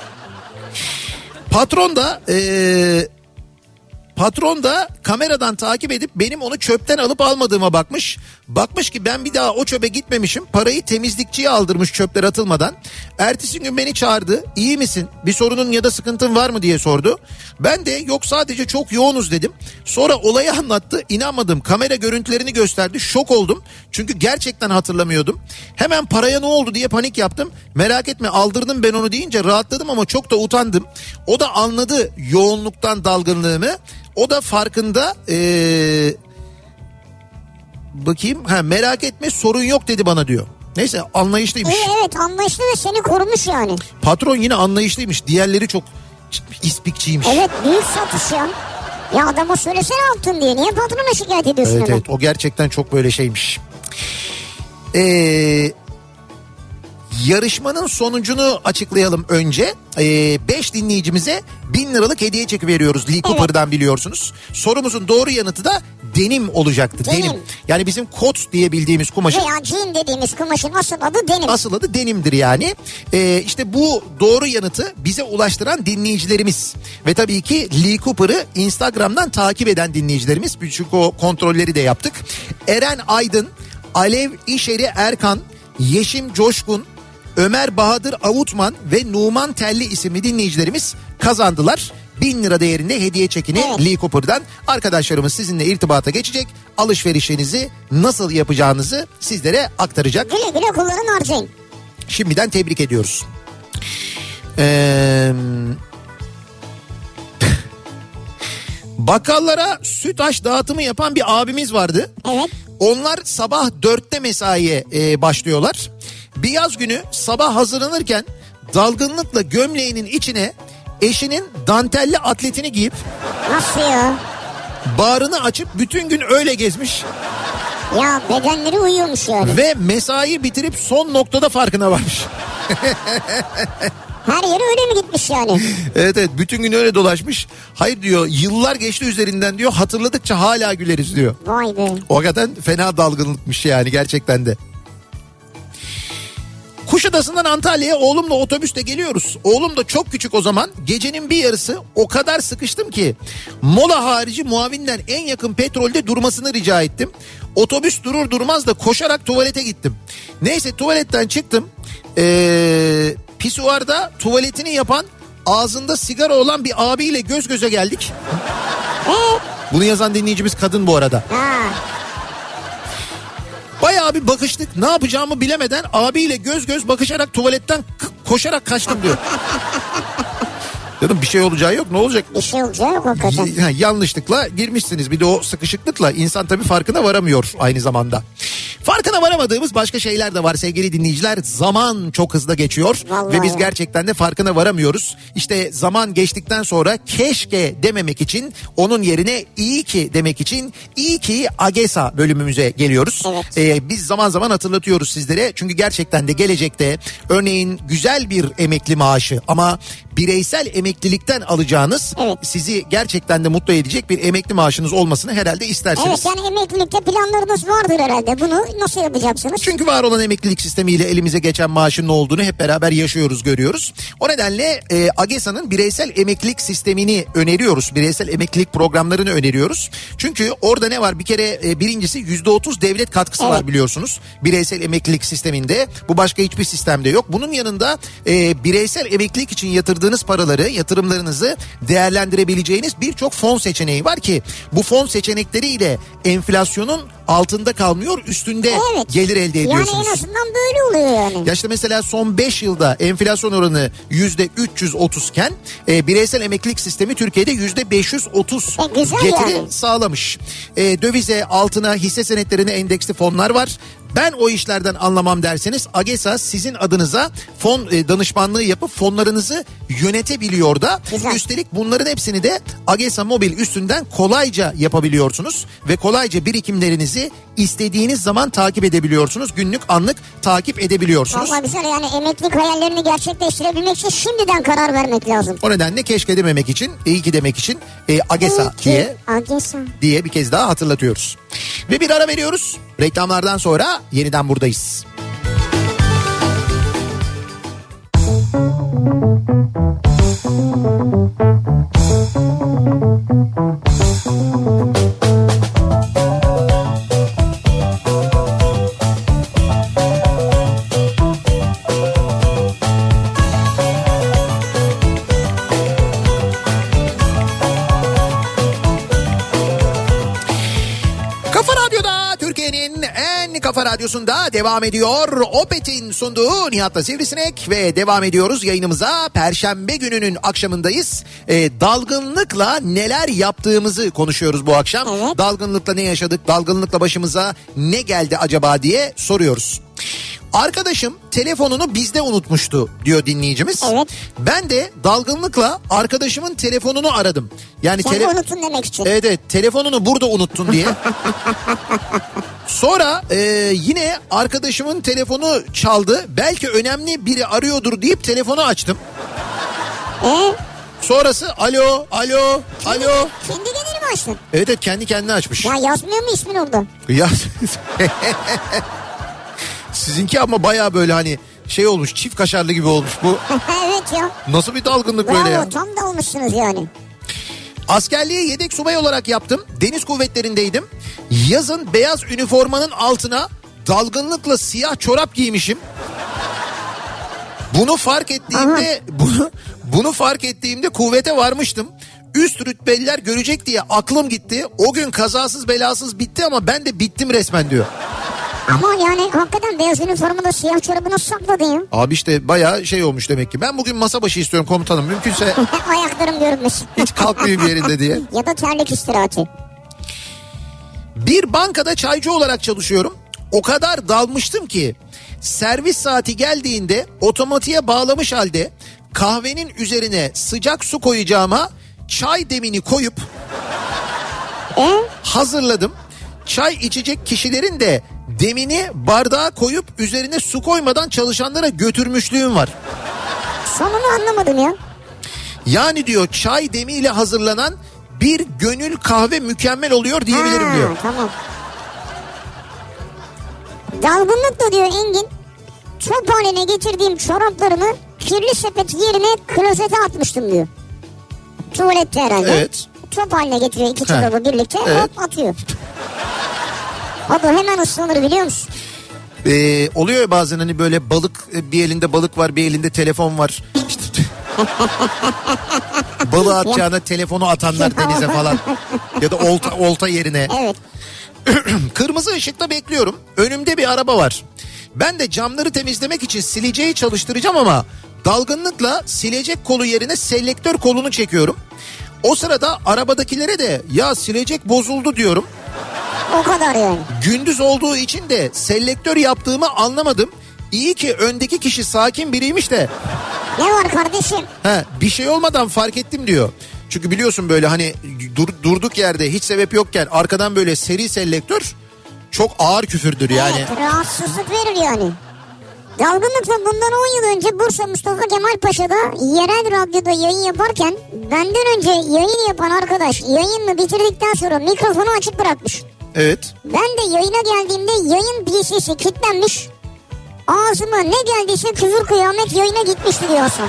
Patron da kameradan takip edip benim onu çöpten alıp almadığıma bakmış. Bakmış ki ben bir daha o çöpe gitmemişim. Parayı temizlikçiye aldırmış çöpler atılmadan. Ertesi gün beni çağırdı. İyi misin? Bir sorunun ya da sıkıntın var mı diye sordu. Ben de yok sadece çok yoğunuz dedim. Sonra olayı anlattı. İnanmadım. Kamera görüntülerini gösterdi. Şok oldum. Çünkü gerçekten hatırlamıyordum. Hemen paraya ne oldu diye panik yaptım. Merak etme aldırdım ben onu deyince rahatladım ama çok da utandım. O da anladı yoğunluktan dalgınlığımı. O da farkında bakayım merak etme sorun yok dedi bana diyor. Neyse anlayışlıymış. Evet anlayışlı ve seni korumuş yani. Patron yine anlayışlıymış. Diğerleri çok ispikçiymiş. Evet büyük satış ya. Ya adama söylesene altın diye. Niye patrona şikayet ediyorsun evet, hemen? evet o gerçekten çok böyle şeymiş. Yarışmanın sonucunu açıklayalım önce. 5 dinleyicimize 1000 liralık hediye çeki veriyoruz Lee Cooper'dan biliyorsunuz. Sorumuzun doğru yanıtı da denim olacaktı. Denim. Yani bizim kot diye bildiğimiz kumaşın. Veya jean dediğimiz kumaşın asıl adı denim. Asıl adı denimdir yani. İşte bu doğru yanıtı bize ulaştıran dinleyicilerimiz. Ve tabii ki Lee Cooper'ı Instagram'dan takip eden dinleyicilerimiz. Çünkü o kontrolleri de yaptık. Eren Aydın, Alev İşeri Erkan, Yeşim Coşkun, Ömer Bahadır Avutman ve Numan Telli isimli dinleyicilerimiz kazandılar. 1000 lira değerinde hediye çekini Lee Cooper'dan. Arkadaşlarımız sizinle irtibata geçecek. Alışverişinizi nasıl yapacağınızı sizlere aktaracak. Güle güle kullanın harcayın. Şimdiden tebrik ediyoruz. Bakkallara sütaş dağıtımı yapan bir abimiz vardı. Evet. Onlar sabah 4'te mesaiye başlıyorlar. Bir yaz günü sabah hazırlanırken dalgınlıkla gömleğinin içine eşinin dantelli atletini giyip nasıl ya? bağrını açıp bütün gün öyle gezmiş. Ya bedenleri uyuyormuş yani. Ve mesai bitirip son noktada farkına varmış. Her yere öyle mi gitmiş yani? Evet bütün gün öyle dolaşmış. Hayır diyor yıllar geçti üzerinden diyor hatırladıkça hala güleriz diyor. Vay be. O kadar fena dalgınlıkmış yani gerçekten de. Kuşadası'ndan Antalya'ya oğlumla otobüste geliyoruz. Oğlum da çok küçük o zaman. Gecenin bir yarısı o kadar sıkıştım ki mola harici muavinden en yakın petrolde durmasını rica ettim. Otobüs durur durmaz da koşarak tuvalete gittim. Neyse tuvaletten çıktım. Pisuarda tuvaletini yapan ağzında sigara olan bir abiyle göz göze geldik. Bunu yazan dinleyicimiz kadın bu arada. Ha. bir bakıştık, ne yapacağımı bilemeden abiyle göz göz bakışarak tuvaletten koşarak kaçtım diyor. Dedim bir şey olacağı yok, ne olacak? Bir şey olacağı yok hakikaten. Yanlışlıkla girmişsiniz, bir de o sıkışıklıkla insan tabii farkına varamıyor aynı zamanda. Farkına varamadığımız başka şeyler de var sevgili dinleyiciler. Zaman çok hızlı geçiyor. Vallahi ve biz gerçekten de farkına varamıyoruz. İşte zaman geçtikten sonra keşke dememek için, onun yerine iyi ki demek için iyi ki AGESA bölümümüze geliyoruz. Evet. Biz zaman zaman hatırlatıyoruz sizlere. Çünkü gerçekten de gelecekte örneğin güzel bir emekli maaşı ama bireysel emeklilikten alacağınız, sizi gerçekten de mutlu edecek bir emekli maaşınız olmasını herhalde istersiniz. Evet, yani emeklilikte planlarınız vardır herhalde. Bunu nasıl yapacaksınız? Çünkü var olan emeklilik sistemiyle elimize geçen maaşın ne olduğunu hep beraber yaşıyoruz, görüyoruz. O nedenle AGESA'nın bireysel emeklilik sistemini öneriyoruz. Bireysel emeklilik programlarını öneriyoruz. Çünkü orada ne var? Bir kere birincisi %30 devlet katkısı var biliyorsunuz. Bireysel emeklilik sisteminde. Bu başka hiçbir sistemde yok. Bunun yanında bireysel emeklilik için yatırdığınız paraları, yatırımlarınızı değerlendirebileceğiniz birçok fon seçeneği var ki bu fon seçenekleriyle enflasyonun altında kalmıyor, üstünde gelir elde ediyorsunuz. Yani en azından böyle oluyor yani. Ya işte mesela son 5 yılda enflasyon oranı %330 iken bireysel emeklilik sistemi Türkiye'de %530 getiri sağlamış. Dövize, altına, hisse senetlerine endeksli fonlar var. Ben o işlerden anlamam derseniz AGESA sizin adınıza fon danışmanlığı yapıp fonlarınızı yönetebiliyor da. Güzel. Üstelik bunların hepsini de AGESA Mobil üstünden kolayca yapabiliyorsunuz ve kolayca birikimlerinizi istediğiniz zaman takip edebiliyorsunuz. Günlük, anlık takip edebiliyorsunuz. Vallahi güzel, yani emeklilik hayallerini gerçekleştirebilmek için şimdiden karar vermek lazım. O nedenle keşke dememek için, iyi ki demek için AGESA diye bir kez daha hatırlatıyoruz. Ve bir ara veriyoruz. Reklamlardan sonra yeniden buradayız. Kafa Radyosu'nda devam ediyor. Opet'in sunduğu Nihat'la Sivrisinek ve devam ediyoruz yayınımıza. Perşembe gününün akşamındayız. Dalgınlıkla neler yaptığımızı konuşuyoruz bu akşam. Evet. Dalgınlıkla ne yaşadık? Dalgınlıkla başımıza ne geldi acaba diye soruyoruz. Arkadaşım telefonunu bizde unutmuştu diyor dinleyicimiz. Evet. Ben de dalgınlıkla arkadaşımın telefonunu aradım. Yani sen unuttun demek için. Evet, telefonunu burada unuttun diye. Sonra yine arkadaşımın telefonu çaldı. Belki önemli biri arıyordur deyip telefonu açtım. Sonrası alo. Kendi kendini mi açtın? Evet, kendi kendine açmış. Ya yazmıyor mu ismin orada? Sizinki ama baya böyle hani şey olmuş, çift kaşarlı gibi olmuş bu. Evet ya. Nasıl bir dalgınlık bravo, böyle ya? Tam da olmuşsunuz yani. Askerliği yedek subay olarak yaptım. Deniz kuvvetlerindeydim. Yazın beyaz üniformanın altına dalgınlıkla siyah çorap giymişim. Bunu fark ettiğimde kuvvete varmıştım. Üst rütbeliler görecek diye aklım gitti. O gün kazasız belasız bitti ama ben de bittim resmen diyor. Ama yani hakikaten beyaz üniformada siyah çorabı nasıl sakladın ya? Abi işte bayağı şey olmuş demek ki. Ben bugün masa başı istiyorum komutanım. Mümkünse ayaklarım görünmesin. Hiç kalkmayayım yerinde diye. Ya da terlik istirahati. Bir bankada çaycı olarak çalışıyorum. O kadar dalmıştım ki servis saati geldiğinde otomatiğe bağlamış halde kahvenin üzerine sıcak su koyacağıma çay demini koyup hazırladım. Çay içecek kişilerin de demini bardağa koyup üzerine su koymadan çalışanlara götürmüşlüğüm var. Sonunu anlamadım ya. Yani diyor çay demiyle hazırlanan bir gönül kahve mükemmel oluyor diyebilirim diyor. Tamam. Dalgınlık da diyor Engin, çöp haline getirdiğim çoraplarımı kirli sepet yerine klozete atmıştım diyor. Tuvalette herhalde. Evet. Çöp haline getiriyor iki çorabı birlikte, hop atıyor. O da hemen ıslanır biliyor musun? Oluyor ya bazen hani böyle balık, bir elinde balık var, bir elinde telefon var. İşte balığı atacağına telefonu atanlar denize falan. Ya da olta yerine. Evet. Kırmızı ışıkta bekliyorum. Önümde bir araba var. Ben de camları temizlemek için sileceği çalıştıracağım ama dalgınlıkla silecek kolu yerine selektör kolunu çekiyorum. O sırada arabadakilere de ya silecek bozuldu diyorum. O kadar yani. Gündüz olduğu için de selektör yaptığımı anlamadım. İyi ki öndeki kişi sakin biriymiş de. Ne var kardeşim? Bir şey olmadan fark ettim diyor. Çünkü biliyorsun böyle hani durduk yerde hiç sebep yokken arkadan böyle seri selektör çok ağır küfürdür yani. Evet, rahatsızlık verir yani. Dalgınlıkla bundan 10 yıl önce Bursa Mustafa Kemal Paşa'da yerel radyoda yayın yaparken benden önce yayın yapan arkadaş yayınını bitirdikten sonra mikrofonu açık bırakmış. Evet. Ben de yayına geldiğimde yayın PC'si kilitlenmiş. Ağzıma ne geldiyse küfür kıyamet yayına gitmişti diyor Hasan.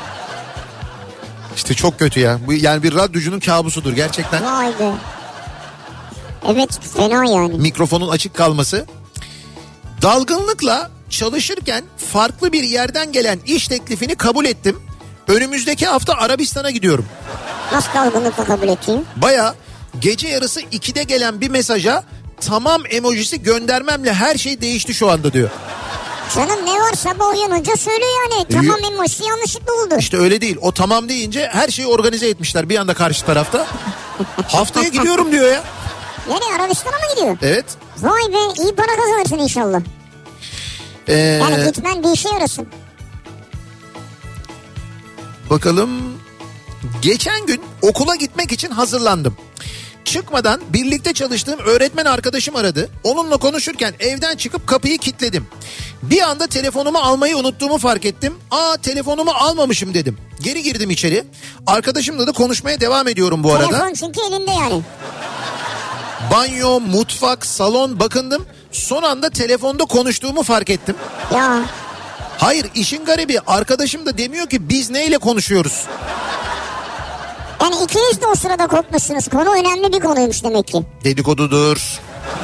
İşte çok kötü ya. Bu yani bir radyocunun kabusudur gerçekten. Vay be. Evet fena yani. Mikrofonun açık kalması. Dalgınlıkla çalışırken farklı bir yerden gelen iş teklifini kabul ettim. Önümüzdeki hafta Arabistan'a gidiyorum. Nasıl dalgınlıkla kabul ettiğin? Baya gece yarısı 2'de gelen bir mesaja tamam emojisi göndermemle her şey değişti şu anda diyor. Canım ne var sabah uyanınca söyle yani. Tamam emojisi yanlışlıkla oldu. İşte öyle değil. O tamam deyince her şeyi organize etmişler bir anda karşı tarafta. Haftaya gidiyorum diyor ya. Nereye, Arabistan'a mı gidiyor? Evet. Vay be, iyi para kazanırsın inşallah. Yani gitmen bir işe yarasın. Bakalım. Geçen gün okula gitmek için hazırlandım. Çıkmadan birlikte çalıştığım öğretmen arkadaşım aradı. Onunla konuşurken evden çıkıp kapıyı kilitledim. Bir anda telefonumu almayı unuttuğumu fark ettim. Telefonumu almamışım dedim. Geri girdim içeri. Arkadaşımla da konuşmaya devam ediyorum bu arada. Telefon çünkü elinde yani. Banyo, mutfak, salon bakındım. Son anda telefonda konuştuğumu fark ettim. Ya. Hayır, işin garibi arkadaşım da demiyor ki biz neyle konuşuyoruz. Yani ikiniz de o sırada kopmuşsunuz. Konu önemli bir konuymuş demek ki. Dedikodudur.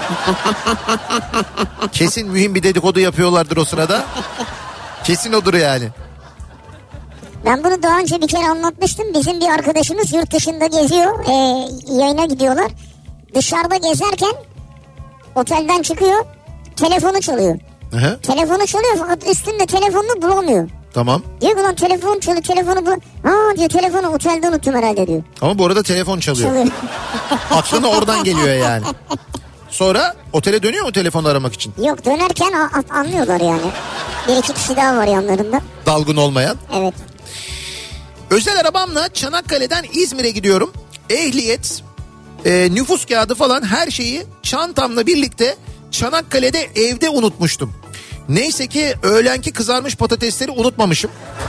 Kesin mühim bir dedikodu yapıyorlardır o sırada. Kesin odur yani. Ben bunu daha önce bir kere anlatmıştım. Bizim bir arkadaşımız yurt dışında geziyor. Yayına gidiyorlar. Dışarıda gezerken otelden çıkıyor. Telefonu çalıyor. Hı-hı. Telefonu çalıyor fakat üstünde telefonunu bulamıyor. Tamam. Diyor ki lan telefon çalıyor, telefonu bul. Diyor telefonu otelde unuttum herhalde diyor. Ama bu arada telefon çalıyor. Aklına oradan geliyor yani. Sonra otele dönüyor mu telefonu aramak için? Yok, dönerken anlıyorlar yani. Bir iki kişi daha var yanlarında. Dalgın olmayan. Evet. Özel arabamla Çanakkale'den İzmir'e gidiyorum. Ehliyet, nüfus kağıdı falan her şeyi çantamla birlikte Çanakkale'de evde unutmuştum. Neyse ki öğlenki kızarmış patatesleri unutmamışım.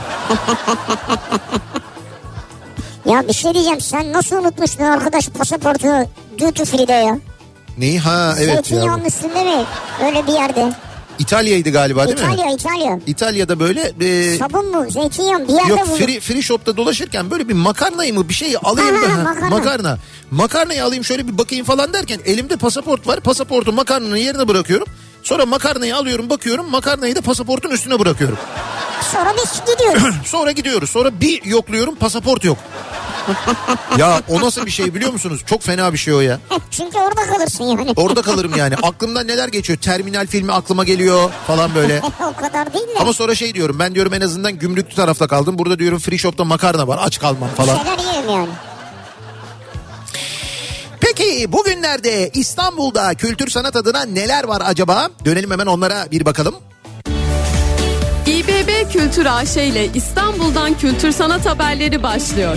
Ya bir şey diyeceğim, sen nasıl unutmuştun arkadaş pasaportunu duty free'de ya? Neyi? Evet. Zeytinyağının üstünde mi? Öyle bir yerde. İtalya'ydı galiba değil mi? İtalya. İtalya'da böyle... Sabun mu? Zeytinyağı mı? Bir yerde yok, buldum. free shop'ta dolaşırken böyle bir makarnayı mı bir şey alayım ben. Makarna. Makarnayı alayım şöyle bir bakayım falan derken elimde pasaport var. Pasaportu makarnanın yerine bırakıyorum. Sonra makarnayı alıyorum, bakıyorum, makarnayı da pasaportun üstüne bırakıyorum. Sonra biz gidiyoruz. Sonra bir yokluyorum, pasaport yok. Ya o nasıl bir şey biliyor musunuz? Çok fena bir şey o ya. Çünkü orada kalırsın yani. Orada kalırım yani. Aklımdan neler geçiyor? Terminal filmi aklıma geliyor falan böyle. O kadar değil de. Ama sonra şey diyorum, ben diyorum en azından gümrüklü tarafta kaldım. Burada diyorum free shop'ta makarna var, aç kalmam falan. Şeyler yiyeyim yani. Peki bugünlerde İstanbul'da kültür sanat adına neler var acaba? Dönelim hemen onlara bir bakalım. İBB Kültür AŞ ile İstanbul'dan kültür sanat haberleri başlıyor.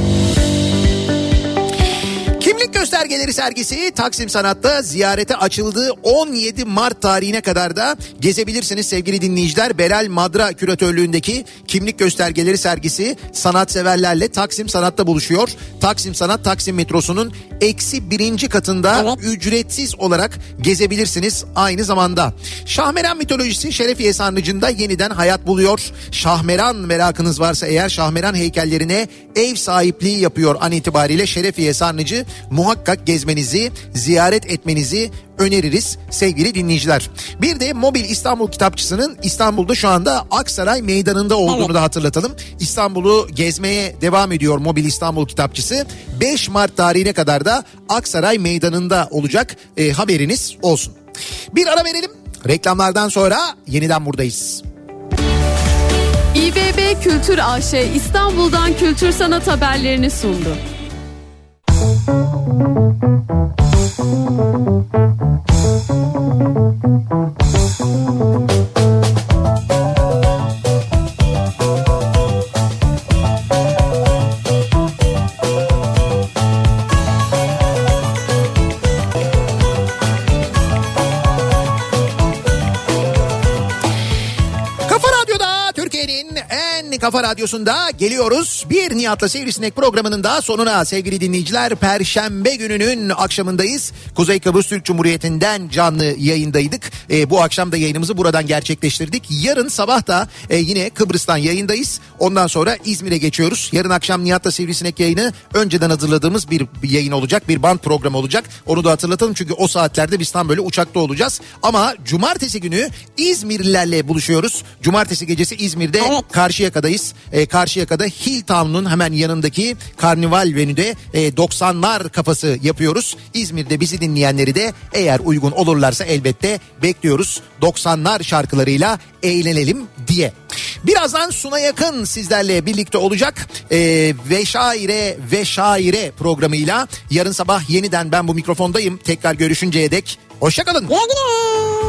Kimlik göstergeleri sergisi Taksim Sanat'ta ziyarete açıldı. 17 Mart tarihine kadar da gezebilirsiniz sevgili dinleyiciler. Beral Madra küratörlüğündeki kimlik göstergeleri sergisi sanatseverlerle Taksim Sanat'ta buluşuyor. Taksim Sanat, Taksim metrosunun -1. katında ücretsiz olarak gezebilirsiniz aynı zamanda. Şahmeran mitolojisi Şerefiye Sarnıcı'nda yeniden hayat buluyor. Şahmeran merakınız varsa eğer Şahmeran heykellerine ev sahipliği yapıyor an itibariyle Şerefiye Sarnıcı. muhakkak gezmenizi, ziyaret etmenizi öneririz sevgili dinleyiciler. Bir de Mobil İstanbul Kitapçısı'nın İstanbul'da şu anda Aksaray Meydanı'nda olduğunu da hatırlatalım. İstanbul'u gezmeye devam ediyor Mobil İstanbul Kitapçısı. 5 Mart tarihine kadar da Aksaray Meydanı'nda olacak, haberiniz olsun. Bir ara verelim. Reklamlardan sonra yeniden buradayız. İBB Kültür AŞ İstanbul'dan kültür sanat haberlerini sundu. Kafa Radyosu'nda geliyoruz. Bir Nihat'la Sivrisinek programının daha sonuna sevgili dinleyiciler. Perşembe gününün akşamındayız. Kuzey Kıbrıs Türk Cumhuriyeti'nden canlı yayındaydık. Bu akşam da yayınımızı buradan gerçekleştirdik. Yarın sabah da yine Kıbrıs'tan yayındayız. Ondan sonra İzmir'e geçiyoruz. Yarın akşam Nihat'la Sivrisinek yayını önceden hazırladığımız bir yayın olacak. Bir band programı olacak. Onu da hatırlatalım çünkü o saatlerde biz tam böyle uçakta olacağız. Ama cumartesi günü İzmirlilerle buluşuyoruz. Cumartesi gecesi İzmir'de Karşıyaka'dayız. Karşıyaka'da Hilltown'un hemen yanındaki Karnival Venü'de 90'lar kafası yapıyoruz. İzmir'de bizi dinleyenleri de eğer uygun olurlarsa elbette bekliyoruz. 90'lar şarkılarıyla eğlenelim diye. Birazdan Suna Yakın sizlerle birlikte olacak. Ve Şaire programıyla yarın sabah yeniden ben bu mikrofondayım. Tekrar görüşünceye dek hoşça kalın. Güle güle.